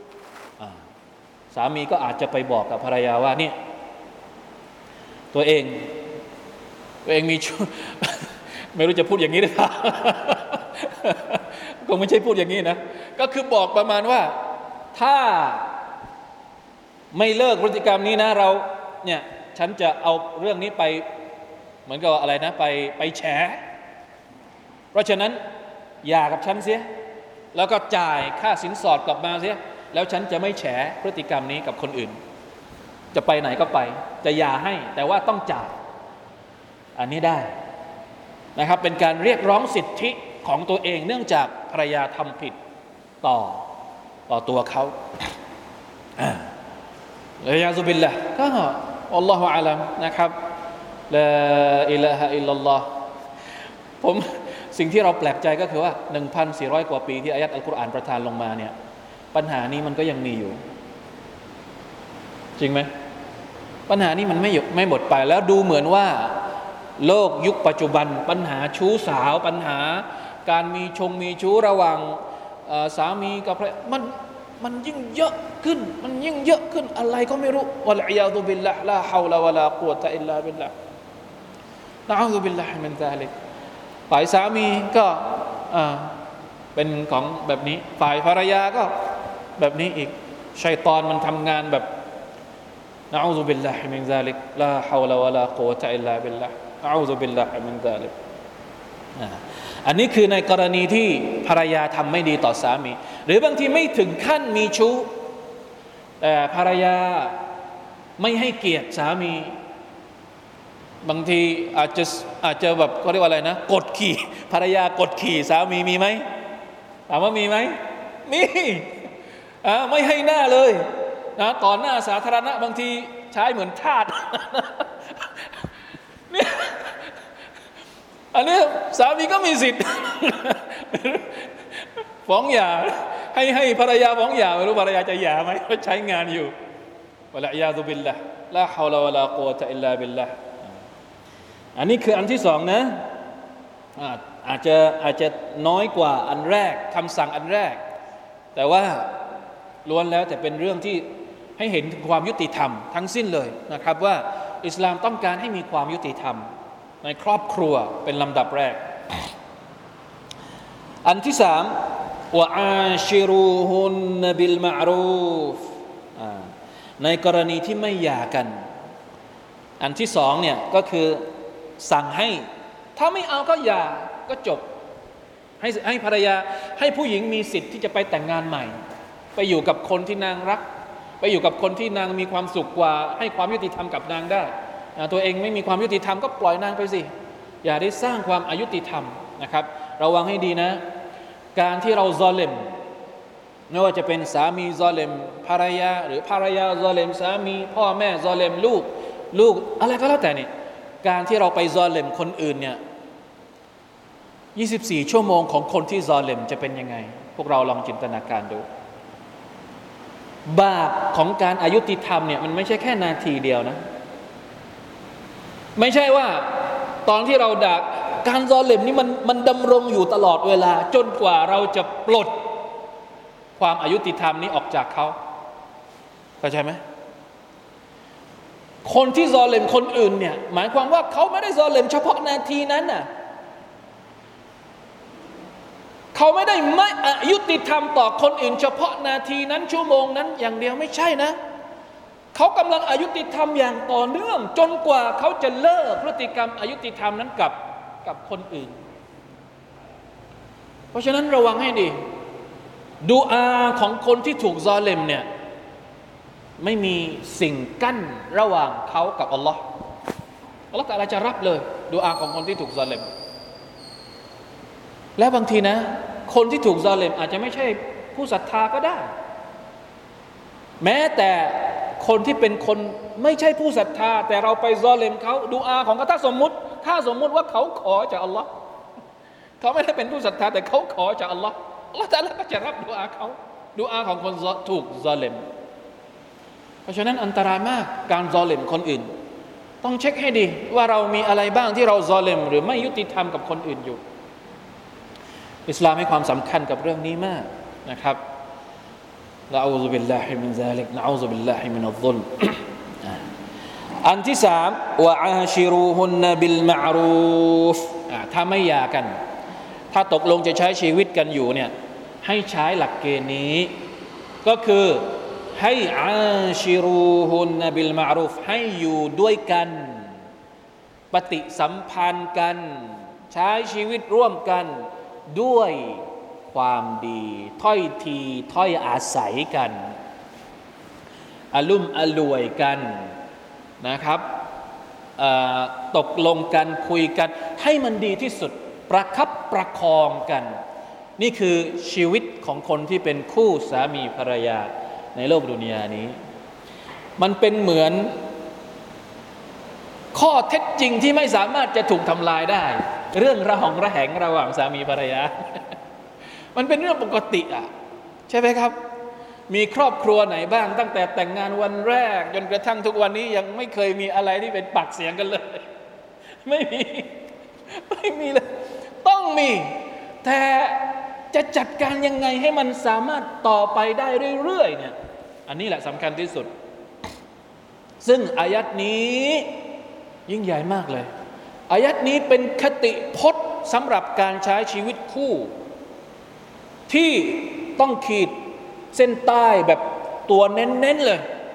สามีก็อาจจะไปบอกกับภรรยาว่าเนี่ยตัวเองมีชู้ ไม่รู้จะพูดอย่างนี้หรือเปล่า ก็ไม่ใช่พูดอย่างนี้นะก็คือบอกประมาณว่าถ้าไม่เลิกพฤติกรรมนี้นะเราเนี่ยฉันจะเอาเรื่องนี้ไปเหมือนกับอะไรนะไปแฉเพราะฉะนั้นหย่ากับฉันเสียแล้วก็จ่ายค่าสินสอดกลับมาเสียแล้วฉันจะไม่แฉพฤติกรรมนี้กับคนอื่นจะไปไหนก็ไปจะหย่าให้แต่ว่าต้องจ่ายอันนี้ได้นะครับเป็นการเรียกร้องสิทธิของตัวเองเนื่องจากภรรยาทำผิดต่อตัวเขาละยาซุบิลละก็อัลลอฮฺอาลัมนะครับลาอิลาฮะอิลลัลลอฮผมสิ่งที่เราแปลกใจก็คือว่า 1,400 กว่าปีที่อายัดอัลกุรอานประทานลงมาเนี่ยปัญหานี้มันก็ยังมีอยู่จริงไหมปัญหานี้มันไม่หมดไปแล้วดูเหมือนว่าโลกยุคปัจจุบันปัญหาชู้สาวปัญหาการมีชู้ระหว่างสามีกับภรรยามันยิ่งเยอะขึ้นอะไรก็ไม่รู้วะลัยยาซุบิลลาฮ์ลาฮาวลาวะลากุวะตะอิลลาบิลลาฮ์นะอูซุบิลลาฮิมินซาลิกฝ่ายสามีก็เป็นของแบบนี้ฝ่ายภรรยาก็แบบนี้อีกชัยฏอนมันทำงานแบบนะอูซุบิลลาฮิมินซาลิกลาฮาวลาวะลากุวะตะอิลลาบิลลาฮ์นะอูซุบิลลาฮิมินซาลิกอันนี้คือในกรณีที่ภรรยาทำไม่ดีต่อสามีหรือบางทีไม่ถึงขั้นมีชู้แต่ภรรยาไม่ให้เกียรติสามีบางทีอาจจะแบบเขาเรียกว่าอะไรนะกดขี่ภรรยากดขี่สามีมีไหมถามว่ามีไหมมีไม่ให้หน้าเลยนะต่อหน้าสาธารณะบางทีใช้เหมือนทาส เนี่ยอันนี้สามีก็มีสิทธิ์ ฟ้องหย่าให้ภรรยาฟ้องหย่าไม่รู้ภรรยาจะหย่าไหมเพราะใช้งานอยู่วะลัยยาซุบิลลาฮ์ลาฮาวลาวะลากุวะตะอิลลาบิลลาฮ์อันนี้คืออันที่สองนะอาจจะน้อยกว่าอันแรกคำสั่งอันแรกแต่ว่าล้วนแล้วแต่เป็นเรื่องที่ให้เห็นถึงความยุติธรรมทั้งสิ้นเลยนะครับว่าอิสลามต้องการให้มีความยุติธรรมในครอบครัวเป็นลำดับแรกอันที่สามวะอาชิรูฮุนบิลมะรูฟในกรณีที่ไม่หย่ากันอันที่สองเนี่ยก็คือสั่งให้ถ้าไม่เอาก็หย่าก็จบให้ภรรยาให้ผู้หญิงมีสิทธิ์ที่จะไปแต่งงานใหม่ไปอยู่กับคนที่นางรักไปอยู่กับคนที่นางมีความสุขกว่าให้ความยุติธรรมกับนางได้ตัวเองไม่มีความยุติธรรมก็ปล่อยนางไปสิอย่าได้สร้างความอายุติธรรมนะครับระวังให้ดีนะการที่เราซอลิมไม่ว่าจะเป็นสามีซอลิมภรรยาหรือภรรยาซอลิมสามีพ่อแม่ซอลิมลูกอะไรก็แล้วแต่เนี่ยการที่เราไปซอลิมคนอื่นเนี่ย24 ชั่วโมงของคนที่ซอลิมจะเป็นยังไงพวกเราลองจินตนาการดูบาปของการอายุติธรรมเนี่ยมันไม่ใช่แค่นาทีเดียวนะไม่ใช่ว่าตอนที่เราด่าการซอลิมนี่มันดำรงอยู่ตลอดเวลาจนกว่าเราจะปลดความอายุติธรรมนี้ออกจากเขาเข้าใจไหมคนที่ซอเลมคนอื่นเนี่ยหมายความว่าเขาไม่ได้ซอเลมเฉพาะนาทีนั้นน่ะเขาไม่ได้ไม่ยุติธรรมต่อคนอื่นเฉพาะนาทีนั้นชั่วโมงนั้นอย่างเดียวไม่ใช่นะเขากำลังอยุติธรรมอย่างต่อเนื่องจนกว่าเขาจะเลิกพฤติกรรมอยุติธรรมนั้นกับคนอื่นเพราะฉะนั้นระวังให้ดีดุอาของคนที่ถูกซอเลมเนี่ยไม่มีสิ่งกั้นระหว่างเขากับอัลลอฮ์อัลลอฮ์ตะอาลาจะรับเลยดุอาของคนที่ถูกซอเลมและบางทีนะคนที่ถูกซอเลมอาจจะไม่ใช่ผู้ศรัทธาก็ได้แม้แต่คนที่เป็นคนไม่ใช่ผู้ศรัทธาแต่เราไปซอเลมเขาดุอาของเขาถ้าสมมุติว่าเขาขอจากอัลลอฮ์เขาไม่ได้เป็นผู้ศรัทธาแต่เขาขอจากอัลลอฮ์อัลลอฮ์ตะอาลาก็จะรับดุอาเขาดุอาของคนถูกซอเลมเพราะฉะนั้นอันตรายมากการซอเลมคนอื่นต้องเช็คให้ดีว่าเรามีอะไรบ้างที่เราซอเลมหรือไม่ยุติธรรมกับคนอื่นอยู่อิสลามให้ความสำคัญกับเรื่องนี้มากนะครับนะอูซุบิลลาฮิมินซาลิกนะอูซุบิลลาฮิมินัซซุลมอันที่3วะอาชิรูฮุนนะบิลมะอรูฟถ้าไม่หย่ากันถ้าตกลงจะใช้ชีวิตกันอยู่เนี่ยให้ใช้หลักเกณฑ์นี้ก็คือให้อาชิรูฮุนนะบิลมะอรูฟให้อยู่ด้วยกันปฏิสัมพันธ์กันใช้ชีวิตร่วมกันด้วยความดีถ้อยทีถ้อยอาศัยกันอลุ่มอล่วยกันนะครับตกลงกันคุยกันให้มันดีที่สุดประคับประคองกันนี่คือชีวิตของคนที่เป็นคู่สามีภรรยาในโลกดุนยานี้มันเป็นเหมือนข้อเท็จจริงที่ไม่สามารถจะถูกทำลายได้เรื่องระหองระแหงระหว่างสามีภรรยามันเป็นเรื่องปกติอ่ะใช่ไหมครับมีครอบครัวไหนบ้างตั้งแต่แต่งงานวันแรกจนกระทั่งทุกวันนี้ยังไม่เคยมีอะไรที่เป็นปากเสียงกันเลยไม่มีเลยต้องมีแต่จะจัดการยังไงให้มันสามารถต่อไปได้เรื่อยๆเนี่ยอันนี้แหละสำคัญที่สุดซึ่งอายัดนี้ยิ่งใหญ่มากเลยอายัดนี้เป็นคติพจน์สำหรับการใช้ชีวิตคู่ที่ต้องขีดเส้นใต้แบบตัวเน้นๆเล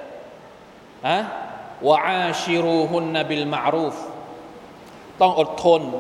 ยวะอาชิรูฮุนนะบิลมะอรูฟต้องอดทน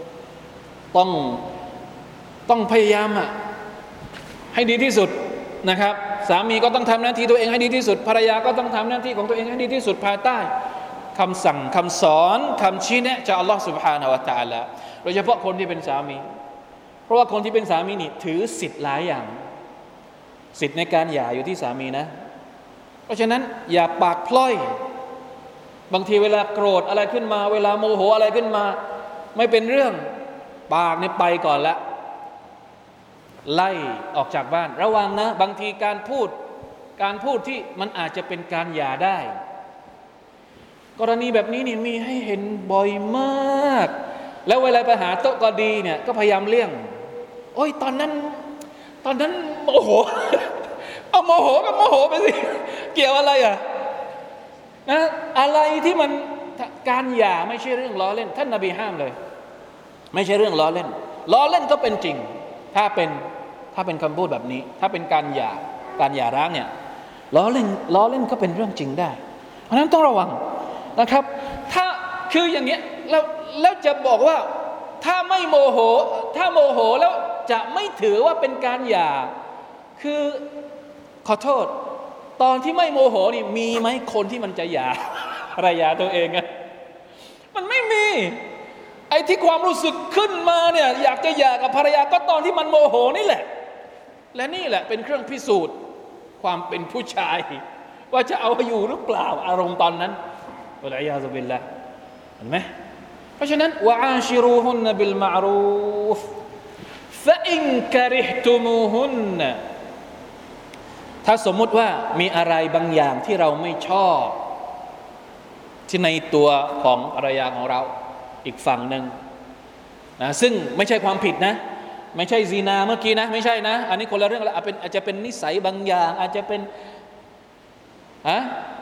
ต้องพยายามให้ดีที่สุดนะครับสามีก็ต้องทำหน้าที่ตัวเองให้ดีที่สุดภรรยาก็ต้องทำหน้าที่ของตัวเองให้ดีที่สุดภายใต้คำสั่งคำสอนคำชี้แนะจากอัลลอฮฺ سبحانه และ تعالى โดยเฉพาะคนที่เป็นสามีเพราะว่าคนที่เป็นสามีนี่ถือสิทธิ์หลายอย่างสิทธิ์ในการหย่าอยู่ที่สามีนะเพราะฉะนั้นอย่าปากพล่อยบางทีเวลาโกรธอะไรขึ้นมาเวลาโมโหอะไรขึ้นมาไม่เป็นเรื่องปากนี่ไปก่อนละไล่ออกจากบ้านระวังนะบางทีการพูดที่มันอาจจะเป็นการหย่าได้กรณีแบบนี้นี่มีให้เห็นบ่อยมากแล้วเวลาไปหาโต๊ะก็ดีเนี่ยก็พยายามเลี่ยงโอ้ยตอนนั้นโมโหเอาโมโหก็โมโหไปสิเกี่ยวอะไรนะอะไรที่มันการหย่าไม่ใช่เรื่องล้อเล่นท่านนบีห้ามเลยไม่ใช่เรื่องล้อเล่นก็เป็นจริงถ้าเป็นคำพูดแบบนี้ถ้าเป็นการหย่าร้างเนี่ยล้อเล่นก็เป็นเรื่องจริงได้เพราะฉะนั้นต้องระวังนะครับถ้าคืออย่างเงี้ยแล้วจะบอกว่าถ้าโมโหแล้วจะไม่ถือว่าเป็นการหย่าคือขอโทษตอนที่ไม่โมโหนี่มีไหมคนที่มันจะหย่าภรรยาตัวเองอะมันไม่มีไอ้ที่ความรู้สึกขึ้นมาเนี่ยอยากจะหย่ากับภรรยาก็ตอนที่มันโมโหนี่แหละและนี่แหละเป็นเครื่องพิสูจน์ความเป็นผู้ชายว่าจะเอาอยู่หรือเปล่าอารมณ์ตอนนั้นอัลลอฮฺยาซุบิลละเห็นไหมเพราะฉะนั้นวะอาชิรูฮุนนะบิลมะอรูฟฟะอินกะริฮตุมูฮุนนะถ้าสมมุติว่ามีอะไรบางอย่างที่เราไม่ชอบที่ในตัวของภรรยาของเราอีกฝั่งหนึ่งนะซึ่งไม่ใช่ความผิดนะไม่ใช่ซีนาเมื่อกี้นะไม่ใช่นะอันนี้คนละเรื่องละอาจจะเป็นนิสัยบางอย่างอาจจะเป็น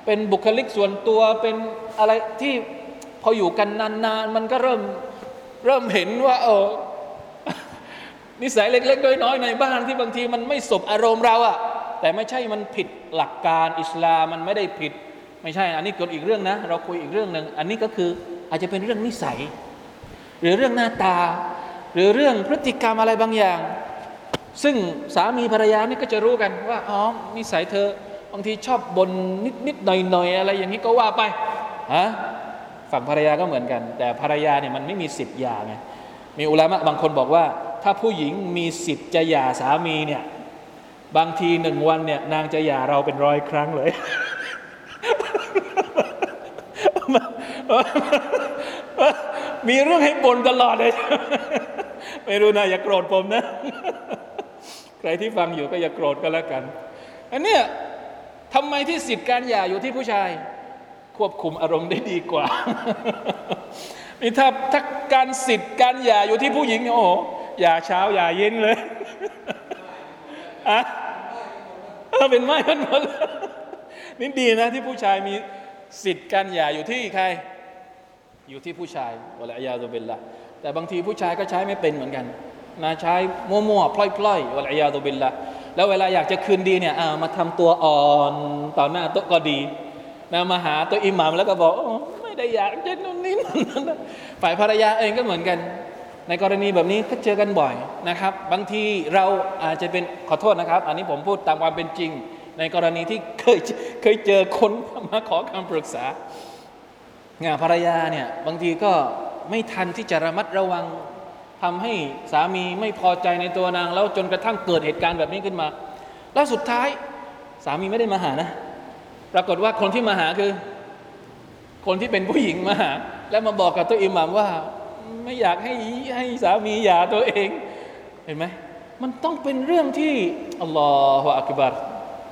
เป็นบุคลิกส่วนตัวเป็นอะไรที่พออยู่กันนานๆมันก็เริ่มเห็นว่านิสัยเล็กๆน้อยๆในบ้านที่บางทีมันไม่สบอารมณ์เราอะแต่ไม่ใช่มันผิดหลักการอิสลามมันไม่ได้ผิดไม่ใช่อันนี้ก็อีกเรื่องนะเราคุยอีกเรื่องนึงอันนี้ก็คืออาจจะเป็นเรื่องนิสัยหรือเรื่องหน้าตาหรือเรื่องพฤติกรรมอะไรบางอย่างซึ่งสามีภรรยานี่ก็จะรู้กันว่านิสัยเธอบางทีชอบบ่นนิดๆหน่อยๆอะไรอย่างนี้ก็ว่าไปฝั่งภรรยาก็เหมือนกันแต่ภรรยาเนี่ยมันไม่มีสิทธิ์หย่าไงมีอุลามะบางคนบอกว่าถ้าผู้หญิงมีสิทธิ์จะหย่าสามีเนี่ยบางที1 วันเนี่ยนางจะหย่าเราเป็น100 ครั้งเลย มีเรื่องให้บ่นตลอดเลย ไม่รู้นะอย่าโกรธผมนะ ใครที่ฟังอยู่ก็อย่าโกรธก็แล้วกันอันเนี้ยทำไมที่สิทธิการหย่าอยู่ที่ผู้ชายควบคุมอารมณ์ได้ดีกว่า นี่ถ้าการสิทธิการหย่าอยู่ที่ผู้หญิงหย่าเช้าหย่าเย็นเลยเป็นไม้กันหมดนี่ดีนะที่ผู้ชายมีสิทธิการหย่าอยู่ที่ใครอยู่ที่ผู้ชายวะลัยยาซุบิลละแต่บางทีผู้ชายก็ใช้ไม่เป็นเหมือนกันนะใช้มั่วๆพล่อยๆวะลัยยาซุบิลละแล้วเวลาอยากจะคืนดีเนี่ยมาทำตัวอ่อนต่อหน้าโต๊ะก็ดีนะมาหาตัวอิหม่ามแล้วก็บอกไม่ได้อยากจะนู่นนี่นั่นฝ่ายภรรยาเองก็เหมือนกันในกรณีแบบนี้ก็เจอกันบ่อยนะครับบางทีเราอาจจะเป็นขอโทษนะครับอันนี้ผมพูดตามความเป็นจริงในกรณีที่เคยเจอคนมาขอคำปรึกษางานภรรยาเนี่ยบางทีก็ไม่ทันที่จะระมัดระวังทำให้สามีไม่พอใจในตัวนางแล้วจนกระทั่งเกิดเหตุการณ์แบบนี้ขึ้นมาแล้วสุดท้ายสามีไม่ได้มาหานะปรากฏว่าคนที่มาหาคือคนที่เป็นผู้หญิงมาหาแล้วมาบอกกับตัวอิหม่ามว่าไม่อยากให้สามีหย่าตัวเองเห็นไหมมันต้องเป็นเรื่องที่อัลลอฮฺอักบัร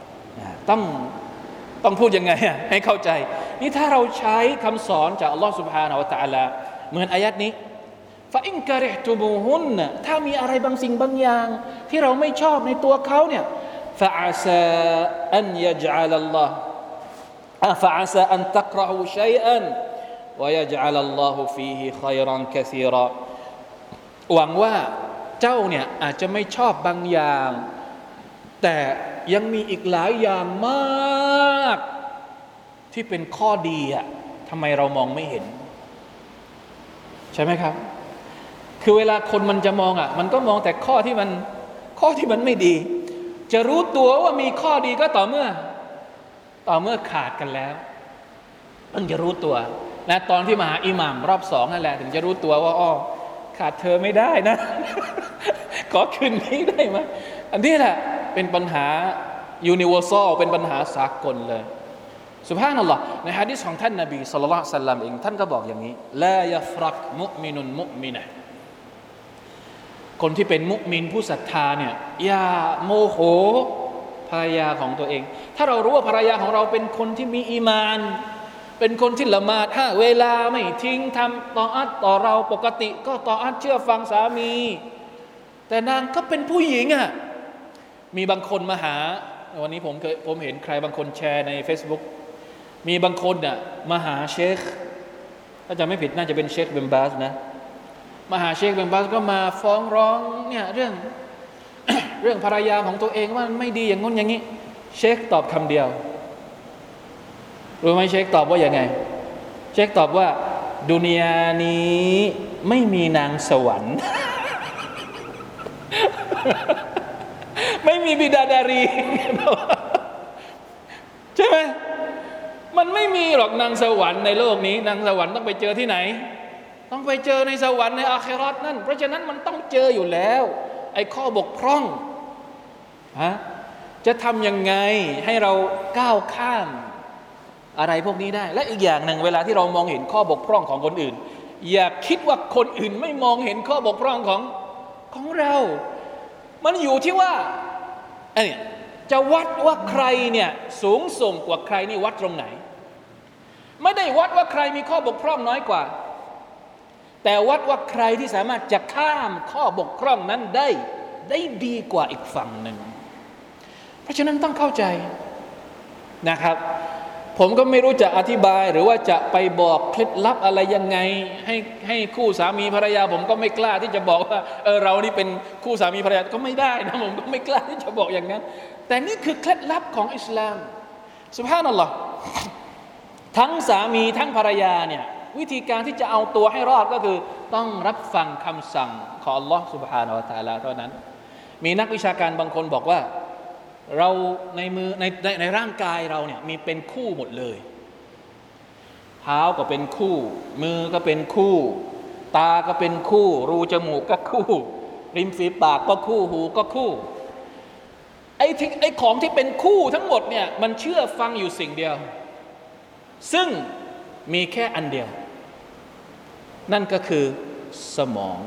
ต้องพูดยังไงให้เข้าใจนี่ถ้าเราใช้คำสอนจากอัลลอฮฺ سبحانه และ تعالى เหมือนอายัดนี้ฟะอินกะริฮตุมูฮุนถ้ามีอะไรบางสิ่งบางอย่างที่เราไม่ชอบในตัวเขาเนี่ยฟะอาซาอันยะญะลัลลอฮฟะอาซาอันตักเราะฮูชัยอันวะยะญะลัลลอฮุฟีฮิค็อยรันกะซีรอหวังว่าเจ้าเนี่ยอาจจะไม่ชอบบางอย่างแต่ยังมีอีกหลายอย่างมากที่เป็นข้อดีทำไมเรามองไม่เห็นใช่ไหมครับคือเวลาคนมันจะมองมันก็มองแต่ข้อที่มันไม่ดีจะรู้ตัวว่ามีข้อดีก็ต่อเมื่อขาดกันแล้วต้องจะรู้ตัวนะตอนที่มาหาอิหม่ามรอบ2นั่นแหละถึงจะรู้ตัวว่าขาดเธอไม่ได้นะ ขอคืนนี้ได้ไหมอันนี้แหละเป็นปัญหายูนิเวอร์แซลเป็นปัญหาสากลเลยซุบฮานัลลอฮ์ในหะดีษของท่านนบีศ็อลลัลลอฮุอะลัยฮิวะซัลลัมเองท่านก็บอกอย่างนี้ลายัฟรักมุมินุนมุมินะห์คนที่เป็นมุมินผู้ศรัทธาเนี่ยอย่าโมโหภรรยาของตัวเองถ้าเรารู้ว่าภรรยาของเราเป็นคนที่มีอีมานเป็นคนที่ละหมาด5 เวลาไม่ทิ้งทำตออัตต่อเราปกติก็ตออัตเชื่อฟังสามีแต่นางก็เป็นผู้หญิงมีบางคนมาหาวันนี้ผมเห็นใครบางคนแชร์ใน Facebook มีบางคนมาหาเชคถ้าจำไม่ผิดน่าจะเป็นเชคเบมบาสนะมาหาเชคเบมบาสก็มาฟ้องร้องเนี่ยเรื่องภรรยาของตัวเองว่าไม่ดีอย่างงู้นอย่างนี้เชคตอบคำเดียวรู้ไหมเชคตอบว่าอย่างไงเชคตอบว่าดุนยานี้ไม่มีนางสวรรค์ ไม่มีบิดาดารี ใช่ไหมมันไม่มีหรอกนางสวรรค์ในโลกนี้นางสวรรค์ต้องไปเจอที่ไหนต้องไปเจอในสวรรค์ในอาคิเราะห์นั่นเพราะฉะนั้นมันต้องเจออยู่แล้วไอ้ข้อบกพร่องจะทำยังไงให้เราก้าวข้ามอะไรพวกนี้ได้และอีกอย่างหนึ่งเวลาที่เรามองเห็นข้อบกพร่องของคนอื่นอย่าคิดว่าคนอื่นไม่มองเห็นข้อบกพร่องของเรามันอยู่ที่ว่าจะวัดว่าใครเนี่ยสูงส่งกว่าใครนี่วัดตรงไหนไม่ได้วัดว่าใครมีข้อบกพร่องน้อยกว่าแต่วัดว่าใครที่สามารถจะข้ามข้อบกพร่องนั้นได้ดีกว่าอีกฝั่งหนึ่งเพราะฉะนั้นต้องเข้าใจนะครับผมก็ไม่รู้จะอธิบายหรือว่าจะไปบอกเคล็ดลับอะไรยังไงให้คู่สามีภรรยาผมก็ไม่กล้าที่จะบอกว่าเรานี่เป็นคู่สามีภรรยาก็ไม่ได้นะผมก็ไม่กล้าที่จะบอกอย่างนั้นแต่นี่คือเคล็ดลับของอิสลามซุบฮานัลลอฮ์ทั้งสามีทั้งภรรยาเนี่ยวิธีการที่จะเอาตัวให้รอดก็คือต้องรับฟังคำสั่งของอัลลอฮ์ซุบฮานะฮูวะตะอาลาเท่านั้นมีนักวิชาการบางคนบอกว่าเราในมือในร่างกายเราเนี่ยมีเป็นคู่หมดเลยเท้าก็เป็นคู่มือก็เป็นคู่ตาก็เป็นคู่รูจมูกก็คู่ริมฝีปากก็คู่หูก็คู่ไอ้ของที่เป็นคู่ทั้งหมดเนี่ยมันเชื่อฟังอยู่สิ่งเดียวซึ่งมีแค่อันเดียวนั่นก็คือสมอง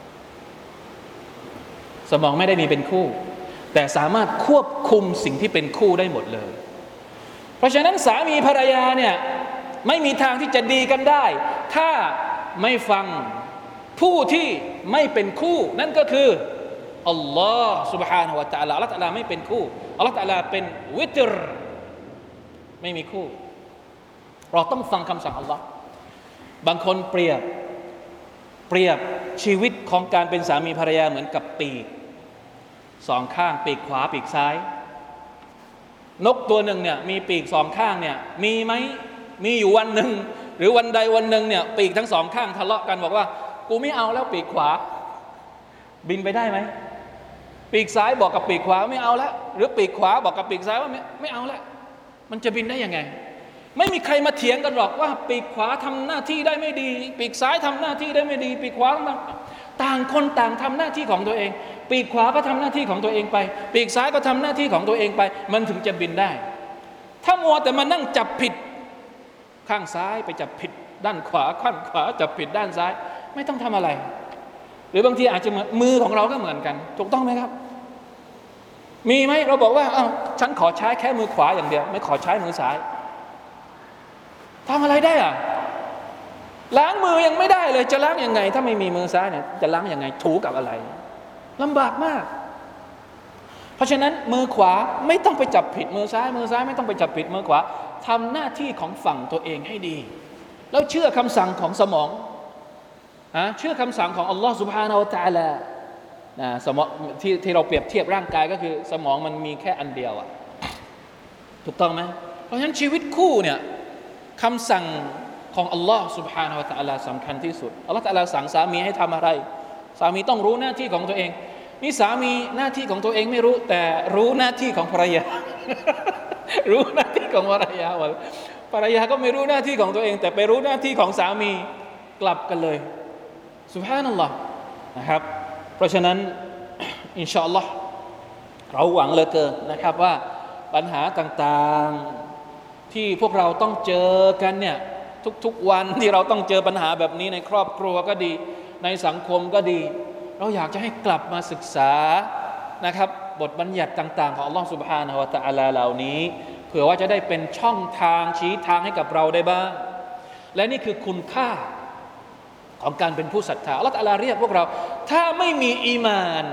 ไม่ได้มีเป็นคู่แต่สามารถควบคุมสิ่งที่เป็นคู่ได้หมดเลยเพราะฉะนั้นสามีภรรยาเนี่ยไม่มีทางที่จะดีกันได้ถ้าไม่ฟังผู้ที่ไม่เป็นคู่นั่นก็คืออัลลอฮ์ سبحانه และ تعالى อัลลอฮ์ تعالى ไม่เป็นคู่อัลลอฮ์ تعالى เป็นวิตรไม่มีคู่เราต้องฟังคำสั่งอัลลอฮ์บางคนเปรียบชีวิตของการเป็นสามีภรรยาเหมือนกับปีกสองข้างปีกขวาปีกซ้ายนกตัวหนึ่งเนี่ยมีปีกสองข้างเนี่ยมีไหมมีอยู่วันหนึ่งหรือวันใดวันหนึ่งเนี่ยปีกทั้งสองข้างทะเลาะกันบอกว่ากูไม่เอาแล้วปีกขวาบินไปได้ไหมปีกซ้ายบอกกับปีกขวาไม่เอาแล้วหรือปีกขวาบอกกับปีกซ้ายว่าไม่เอาแล้วมันจะบินได้ยังไงไม่มีใครมาเถียงกันหรอกว่าปีกขวาทำหน้าที่ได้ไม่ดีปีกซ้ายทำหน้าที่ได้ไม่ดีปีกขวาต่างคนต่างทำหน้าที่ของตัวเองปีกขวาก็ทำหน้าที่ของตัวเองไปปีกซ้ายก็ทำหน้าที่ของตัวเองไปมันถึงจะบินได้ถ้ามัวแต่มานั่งจับผิดข้างซ้ายไปจับผิดด้านขวาข้างขวาจับผิดด้านซ้ายไม่ต้องทำอะไรหรือบางทีอาจจะมือของเราก็เหมือนกันถูกต้องไหมครับมีไหมเราบอกว่าฉันขอใช้แค่มือขวาอย่างเดียวไม่ขอใช้มือซ้ายทำอะไรได้อะล้างมือยังไม่ได้เลยจะล้างยังไงถ้าไม่มีมือซ้ายเนี่ยจะล้างยังไงถูกับอะไรลำบากมากเพราะฉะนั้นมือขวาไม่ต้องไปจับผิดมือซ้ายไม่ต้องไปจับผิดมือขวาทำหน้าที่ของฝั่งตัวเองให้ดีแล้วเชื่อคำสั่งของสมองเชื่อคำสั่งของอัลลอฮฺ سبحانه และ تعالى สมองที่เราเปรียบเทียบร่างกายก็คือสมองมันมีแค่อันเดียวถูกต้องไหมเพราะฉะนั้นชีวิตคู่เนี่ยคำสั่งของอัลลอฮฺ سبحانه และ تعالى สำคัญที่สุดอัลลอฮฺ تعالى สั่งสามีให้ทำอะไรสามีต้องรู้หน้าที่ของตัวเองมีสามีหน้าที่ของตัวเองไม่รู้แต่รู้หน้าที่ของภรรยา รู้หน้าที่ของภรรยาภรรยาก็ไม่รู้หน้าที่ของตัวเองแต่ไปรู้หน้าที่ของสามีกลับกันเลยซุบฮานัลลอฮ์นะครับเพราะฉะนั้นอินชาอัลลอฮ์เราหวังเหลือเกินนะครับว่าปัญหาต่างๆที่พวกเราต้องเจอกันเนี่ยทุกๆวันที่เราต้องเจอปัญหาแบบนี้ในครอบครัวก็ดีในสังคมก็ดีเราอยากจะให้กลับมาศึกษานะครับบทบัญญัติต่างๆของอัลลอฮฺซุบฮานะฮูวะตะอาลาเหล่านี้เผื่อว่าจะได้เป็นช่องทางชี้ทางให้กับเราได้บ้างและนี่คือคุณค่าของการเป็นผู้ศรัทธาอัลลอฮฺตะอาลาเรียกพวกเราถ้าไม่มีอีมาน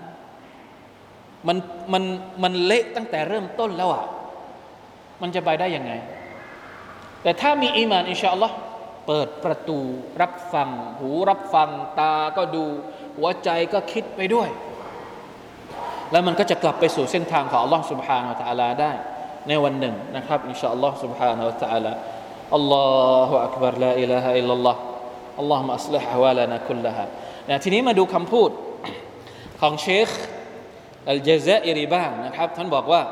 มันเละตั้งแต่เริ่มต้นแล้วมันจะไปได้ยังไงแต่ถ้ามีอีมานอินชาอัลลอฮ์เปิดประตูรับฟังหูรับฟังตาก็ดูหัวใจก็คิดไปด้วยแล้วมันก็จะกลับไปสู่เส้นทางของอัลลอฮ์ سبحانه และ تعالى ได้ในวันหนึ่งนะครับอินชาอัลลอฮ์ سبحانه และ تعالى อัลลอฮฺอักบัรลาอิลาฮะอิลลัลลอฮ์อัลลอฮุมะอัศลิฮอะฮวาลานะคุลละฮะทีนี้มาดูคำพูดของเชคอัลญะซาอิรีบ้างนะครับท่านบอกว่า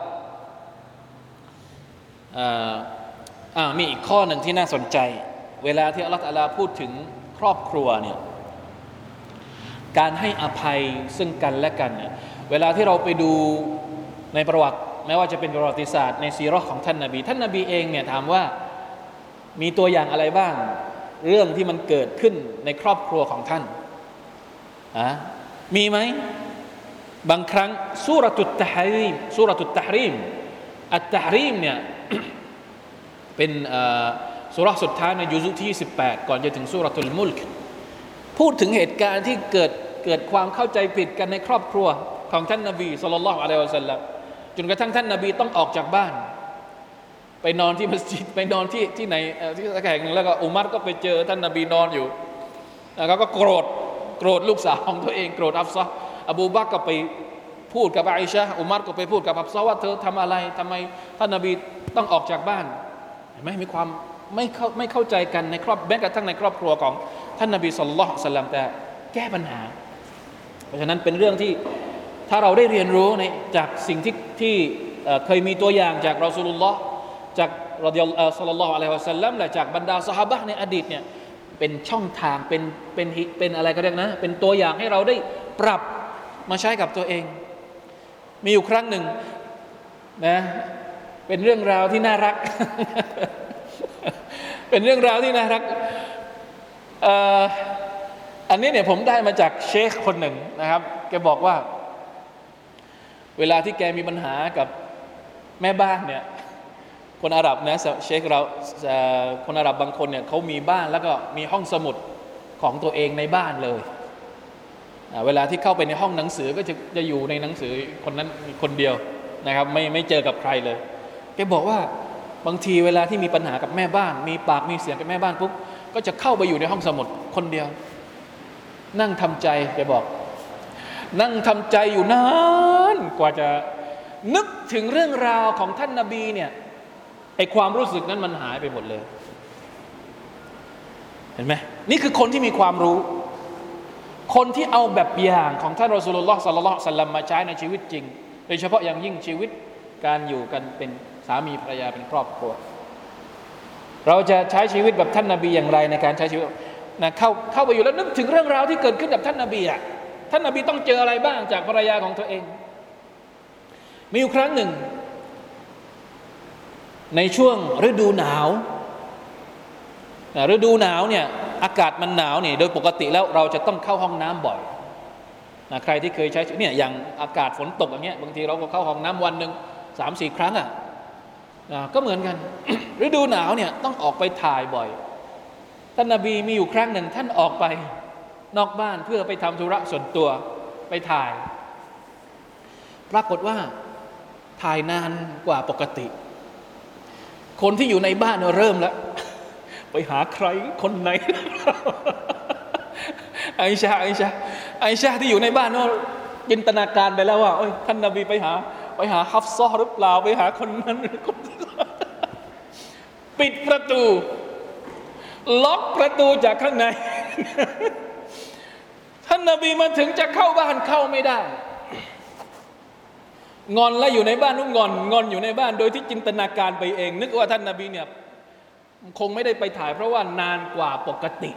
มีอีกข้อหนึ่งที่น่าสนใจเวลาที่อัลลอฮฺตะอาลาพูดถึงครอบครัวเนี่ยการให้อภัยซึ่งกันและกันเนี่ยเวลาที่เราไปดูในประวัติแม้ว่าจะเป็นประวัติศาสตร์ในซีเราะห์ของท่านนบีเองเนี่ยถามว่ามีตัวอย่างอะไรบ้างเรื่องที่มันเกิดขึ้นในครอบครัวของท่านมีไหมบางครั้งซูเราะตุตตะฮรีมอัตตะฮรีมเนี่ยเป็นซูเราะห์สุดท้ายในยุซุที่18ก่อนจะถึงซูเราะตุลมุลกพูดถึงเหตุการณ์ที่เกิดความเข้าใจผิดกันในครอบครัวของท่านนบีศ็อลลัลลอฮุอะลัยฮิวะซัลลัมจนกระทั่งท่านนบีต้องออกจากบ้านไปนอนที่มัสยิดไปนอนที่ไหนที่แห่งหนึ่งแล้วก็อุมัรก็ไปเจอท่านนบีนอนอยู่แล้วก็โกรธลูกสาวของตัวเองโกรธอัฟซะห์อบูบักรก็ไปพูดกับอาอิชะห์อุมัรก็ไปพูดกับอัฟซะห์ว่าเธอทำอะไรทำไมท่านนบีต้องออกจากบ้านเห็นไหมมีความไม่เข้าใจกันในครอบแม้กระทั่งในครอบครัวของท่านนบีศ็อลลัลลอฮุอะลัยฮิวะซัลลัมแต่แก้ปัญหาเพราะฉะนั้นเป็นเรื่องที่ถ้าเราได้เรียนรู้ในจากสิ่งที่เคยมีตัวอย่างจากรอซูลุลลอฮ์จากรอฎิยัลลอฮุศ็อลลัลลอฮุอะลัยฮิวะซัลลัมและจากบรรดาซอฮาบะห์ในอดีตเนี่ยเป็นช่องทางเป็นอะไรก็เรียกนะเป็นตัวอย่างให้เราได้ปรับมาใช้กับตัวเองมีอยู่ครั้งหนึ่งนะเป็นเรื่องราวที่น่ารัก เป็นเรื่องราวที่น่ารักอันนี้เนี่ยผมได้มาจากเชคคนหนึ่งนะครับแกบอกว่าเวลาที่แกมีปัญหากับแม่บ้านเนี่ยคนอาหรับนะเชคเราคนอาหรับบางคนเนี่ยเขามีบ้านแล้วก็มีห้องสมุดของตัวเองในบ้านเลยเวลาที่เข้าไปในห้องหนังสือก็จะอยู่ในหนังสือคนนั้นคนเดียวนะครับไม่เจอกับใครเลยแกบอกว่าบางทีเวลาที่มีปัญหากับแม่บ้านมีปากมีเสียงกับแม่บ้านปุ๊บก็จะเข้าไปอยู่ในห้องสมุดคนเดียวนั่งทำใจแกบอกนั่งทำใจอยู่นานกว่าจะนึกถึงเรื่องราวของท่านนบีเนี่ยไอความรู้สึกนั้นมันหายไปหมดเลยเห็นไหมนี่คือคนที่มีความรู้คนที่เอาแบบอย่างของท่านรอซูลุลลอฮ์ศ็อลลัลลอฮุอะลัยฮิวะซัลลัมมาใช้ในชีวิตจริงโดยเฉพาะอย่างยิ่งชีวิตการอยู่กันเป็นสามีภรรยาเป็นครอบครัวเราจะใช้ชีวิตแบบท่านนบีอย่างไรในการใช้ชีวิตนะเข้าไปอยู่แล้วนึกถึงเรื่องราวที่เกิดขึ้นกับท่านนบีอ่ะท่านนบีต้องเจออะไรบ้างจากภรรยาของตัวเองมีอยู่ครั้งหนึ่งในช่วงฤดูหนาวฤดูหนาวเนี่ยอากาศมันหนาวเนี่ยโดยปกติแล้วเราจะต้องเข้าห้องน้ำบ่อยนะใครที่เคยใช้เนี่ยอย่างอากาศฝนตกอย่างเงี้ยบางทีเราก็เข้าห้องน้ำวันหนึ่ง 3-4 ครั้งอ่ะก็เหมือนกัน ฤดูหนาวเนี่ยต้องออกไปถ่ายบ่อยท่านนบีมีอยู่ครั้งหนึ่งท่านออกไปนอกบ้านเพื่อไปทำธุระส่วนตัวไปถ่ายปรากฏว่าถ่ายนานกว่าปกติคนที่อยู่ในบ้านเริ่มแล้วไปหาใครคนไหน ไอชาที่อยู่ในบ้านจินตนาการไปแล้วว่าท่านนบีไปหาฮัฟซอหรือเปล่าไปหาคนนั้นคนนี้ ปิดประตูล็อกประตูจากข้างใน ท่านนบีมาถึงจะเข้าบ้านเข้าไม่ได้งอนแล้วอยู่ในบ้านงอนอยู่ในบ้านโดยที่จินตนาการไปเองนึกว่าท่านนบีเนี่ยคงไม่ได้ไปถ่ายเพราะว่านานกว่าปกติ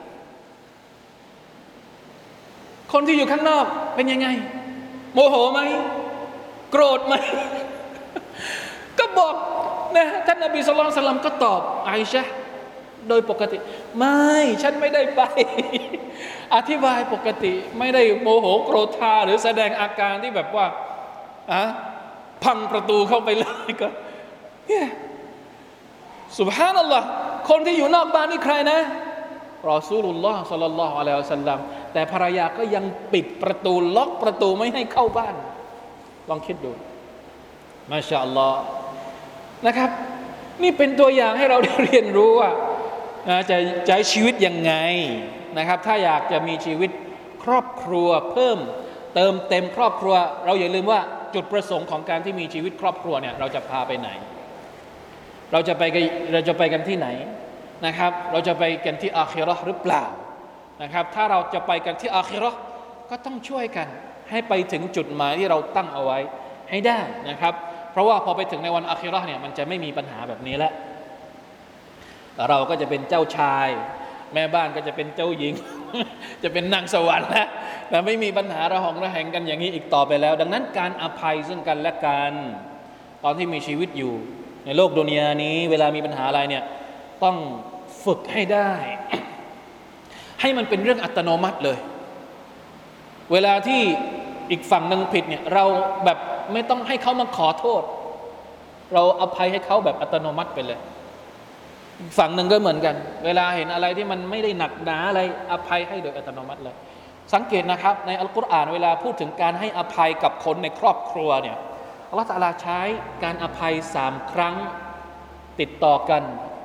คนที่อยู่ข้างนอกเป็นยังไงโมโหไหมโกรธไหม ก็บอกนะท่านนบีศ็อลลัลลอฮุอะลัยฮิวะซัลลัมก็ตอบอาอิชะห์โดยปกติไม่ฉันไม่ได้ไป อธิบายปกติไม่ได้โมโหโกรธาหรือแสดงอาการที่แบบว่าพังประตูเข้าไปเลยก็เนี่ยซุบฮานัลลอฮ์คนที่อยู่นอกบ้านนี่ใครนะรอซูลุลลอฮ์ศ็อลลัลลอฮุอะลัยฮิวะซัลลัมแต่ภรรยาก็ยังปิดประตูล็อกประตูไม่ให้เข้าบ้านลองคิดดูมาชาอัลลอฮ์นะครับนี่เป็นตัวอย่างให้เราได้เรียนรู้ว่าจะใช้ชีวิตยังไงนะครับถ้าอยากจะมีชีวิตครอบครัวเพิ่มเติมเต็มครอบครัวเราอย่าลืมว่าจุดประสงค์ของการที่มีชีวิตครอบครัวเนี่ยเราจะพาไปไหนเราจะไปกันที่ไหนนะครับเราจะไปกันที่อาคิเราะห์หรือเปล่านะครับถ้าเราจะไปกันที่อาคิเราะห์ก็ต้องช่วยกันให้ไปถึงจุดหมายที่เราตั้งเอาไว้ให้ได้นะครับเพราะว่าพอไปถึงในวันอาคิเราะห์เนี่ยมันจะไม่มีปัญหาแบบนี้แล้วเราก็จะเป็นเจ้าชายแม่บ้านก็จะเป็นเจ้าหญิง จะเป็นนางสวรรค์แล้วไม่มีปัญหาระหองระแหงกันอย่างนี้อีกต่อไปแล้วดังนั้นการอภัยซึ่งกันและกันตอนที่มีชีวิตอยู่ในโลกดุนยานี้เวลามีปัญหาอะไรเนี่ยต้องฝึกให้ได้ ให้มันเป็นเรื่องอัตโนมัติเลยเวลาที่อีกฝั่งนึงผิดเนี่ยเราแบบไม่ต้องให้เขามาขอโทษเราอภัยให้เขาแบบอัตโนมัติไปเลยฝั่งหนึ่งก็เหมือนกันเวลาเห็นอะไรที่มันไม่ได้หนักหนาอะไรอภัยให้โดยอัตโนมัติเลยสังเกตนะครับในอัลกุรอานเวลาพูดถึงการให้อภัยกับคนในครอบครัวเนี่ยอัลเลาะห์ตะอาลาใช้การอภัย3ครั้งติดต่อกัน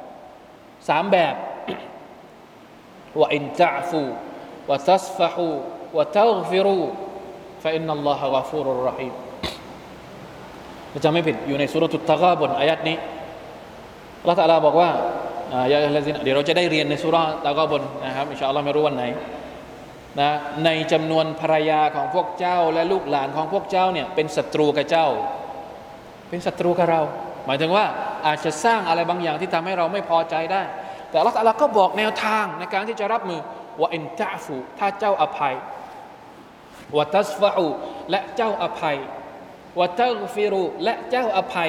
3แบบว่าอินตะฟูวะตัสฟะฮูวะตัฆฟิรูฟะอินนัลลอฮะฆอฟูรุรเราะฮีมจะไม่ผิดอยู่ในซูเราะตุตตะฆาบุนอายัดนี้อัลเลาะห์ตะอาลาบอกว่ายาอัยยุฮัลลซีนะเดี๋ยวเราจะได้เรียนในซูเราะห์ตะฆาบุนนะครับอินชาอัลเลาะห์ไม่รู้วันไหนนะในจำนวนภรรยาของพวกเจ้าและลูกหลานของพวกเจ้าเนี่ยเป็นศัตรูกับเจ้าเป็นศัตรูกับเราหมายถึงว่าอาจจะสร้างอะไรบางอย่างที่ทำให้เราไม่พอใจได้แต่อัลเลาะห์ตะอาลาก็บอกแนวทางในการที่จะรับมือว่าอินตะฟูถ้าเจ้าอภัยวะตัสฟะฮูและเจ้าอภัยวะตัฆฟิรูและเจ้าอภัย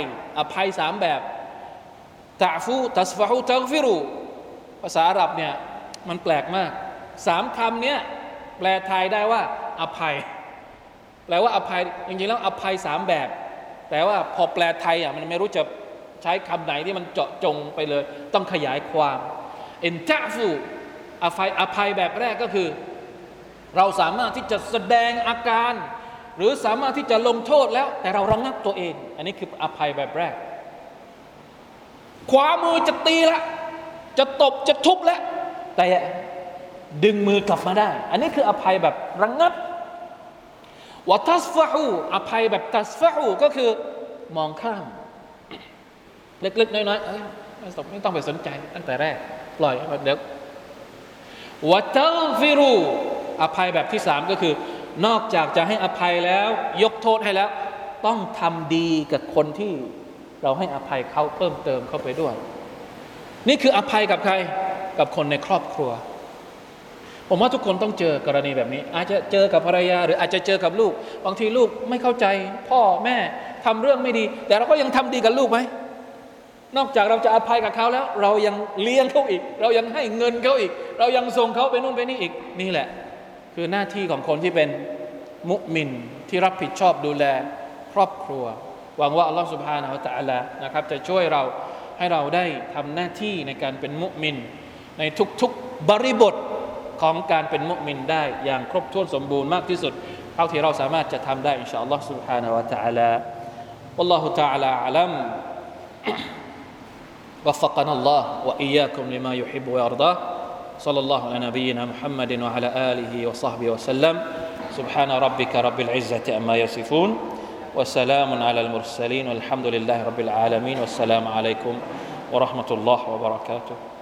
3แบบตะฟูตัสฟะฮูตัฆฟิรูภาษาอาหรับเนี่ยมันแปลกมาก3คำเนี้ยแปลไทยได้ว่าอภัยแปลว่าอภัยจริงๆแล้วอภัย3แบบแต่ว่าพอแปลไทยมันไม่รู้จะใช้คำไหนที่มันเจาะจงไปเลยต้องขยายความอินตะฟูอภัยแบบแรกก็คือเราสามารถที่จะแสดงอาการหรือสามารถที่จะลงโทษแล้วแต่เราระงับตัวเองอันนี้คืออภัยแบบแรกขวามือจะตีละจะตบจะทุบแล้วแต่ดึงมือกลับมาได้อันนี้คืออภัยแบบระงับวะตัสฟะฮูอภัยแบบตัสฟะฮูก็คือมองข้ามเล็กๆน้อยๆไม่ต้องไปสนใจตั้งแต่แรกปล่อยเดี๋ยววะตัฆฟิรูอภัยแบบที่3ก็คือนอกจากจะให้อภัยแล้วยกโทษให้แล้วต้องทำดีกับคนที่เราให้อภัยเขาเพิ่มเติมเข้าไปด้วยนี่คืออภัยกับใครกับคนในครอบครัวผมว่าทุกคนต้องเจอกรณีแบบนี้อาจจะเจอกับภรรยาหรืออาจจะเจอกับลูกบางทีลูกไม่เข้าใจพ่อแม่ทำเรื่องไม่ดีแต่เราก็ยังทำดีกับลูกไหมนอกจากเราจะอภัยกับเขาแล้วเรายังเลี้ยงเขาอีกเรายังให้เงินเขาอีกเรายังส่งเขาไปนู่นไปนี่อีกนี่แหละคือหน้าที่ของคนที่เป็นมุมินที่รับผิดชอบดูแลครอบครัวหวังว่าอัลลอฮฺซุบฮานะฮูวะตะอาลานะครับจะช่วยเราให้เราได้ทำหน้าที่ในการเป็นมุมินในทุกๆบริบทของการเป็นมุมินได้อย่างครบถ้วนสมบูรณ์มากที่สุดเท่าที่เราสามารถจะทำได้อินชาอัลลอฮฺซุบฮานะฮูวะตะอาลาวัลลอฮุตะอาลาอะลัมوفقنا الله وإياكم لما يحب ويرضاه صلى الله على نبينا محمد وعلى آله وصحبه وسلم سبحان ربك رب العزة أما يصفون وسلام على المرسلين والحمد لله رب العالمين والسلام عليكم ورحمة الله وبركاته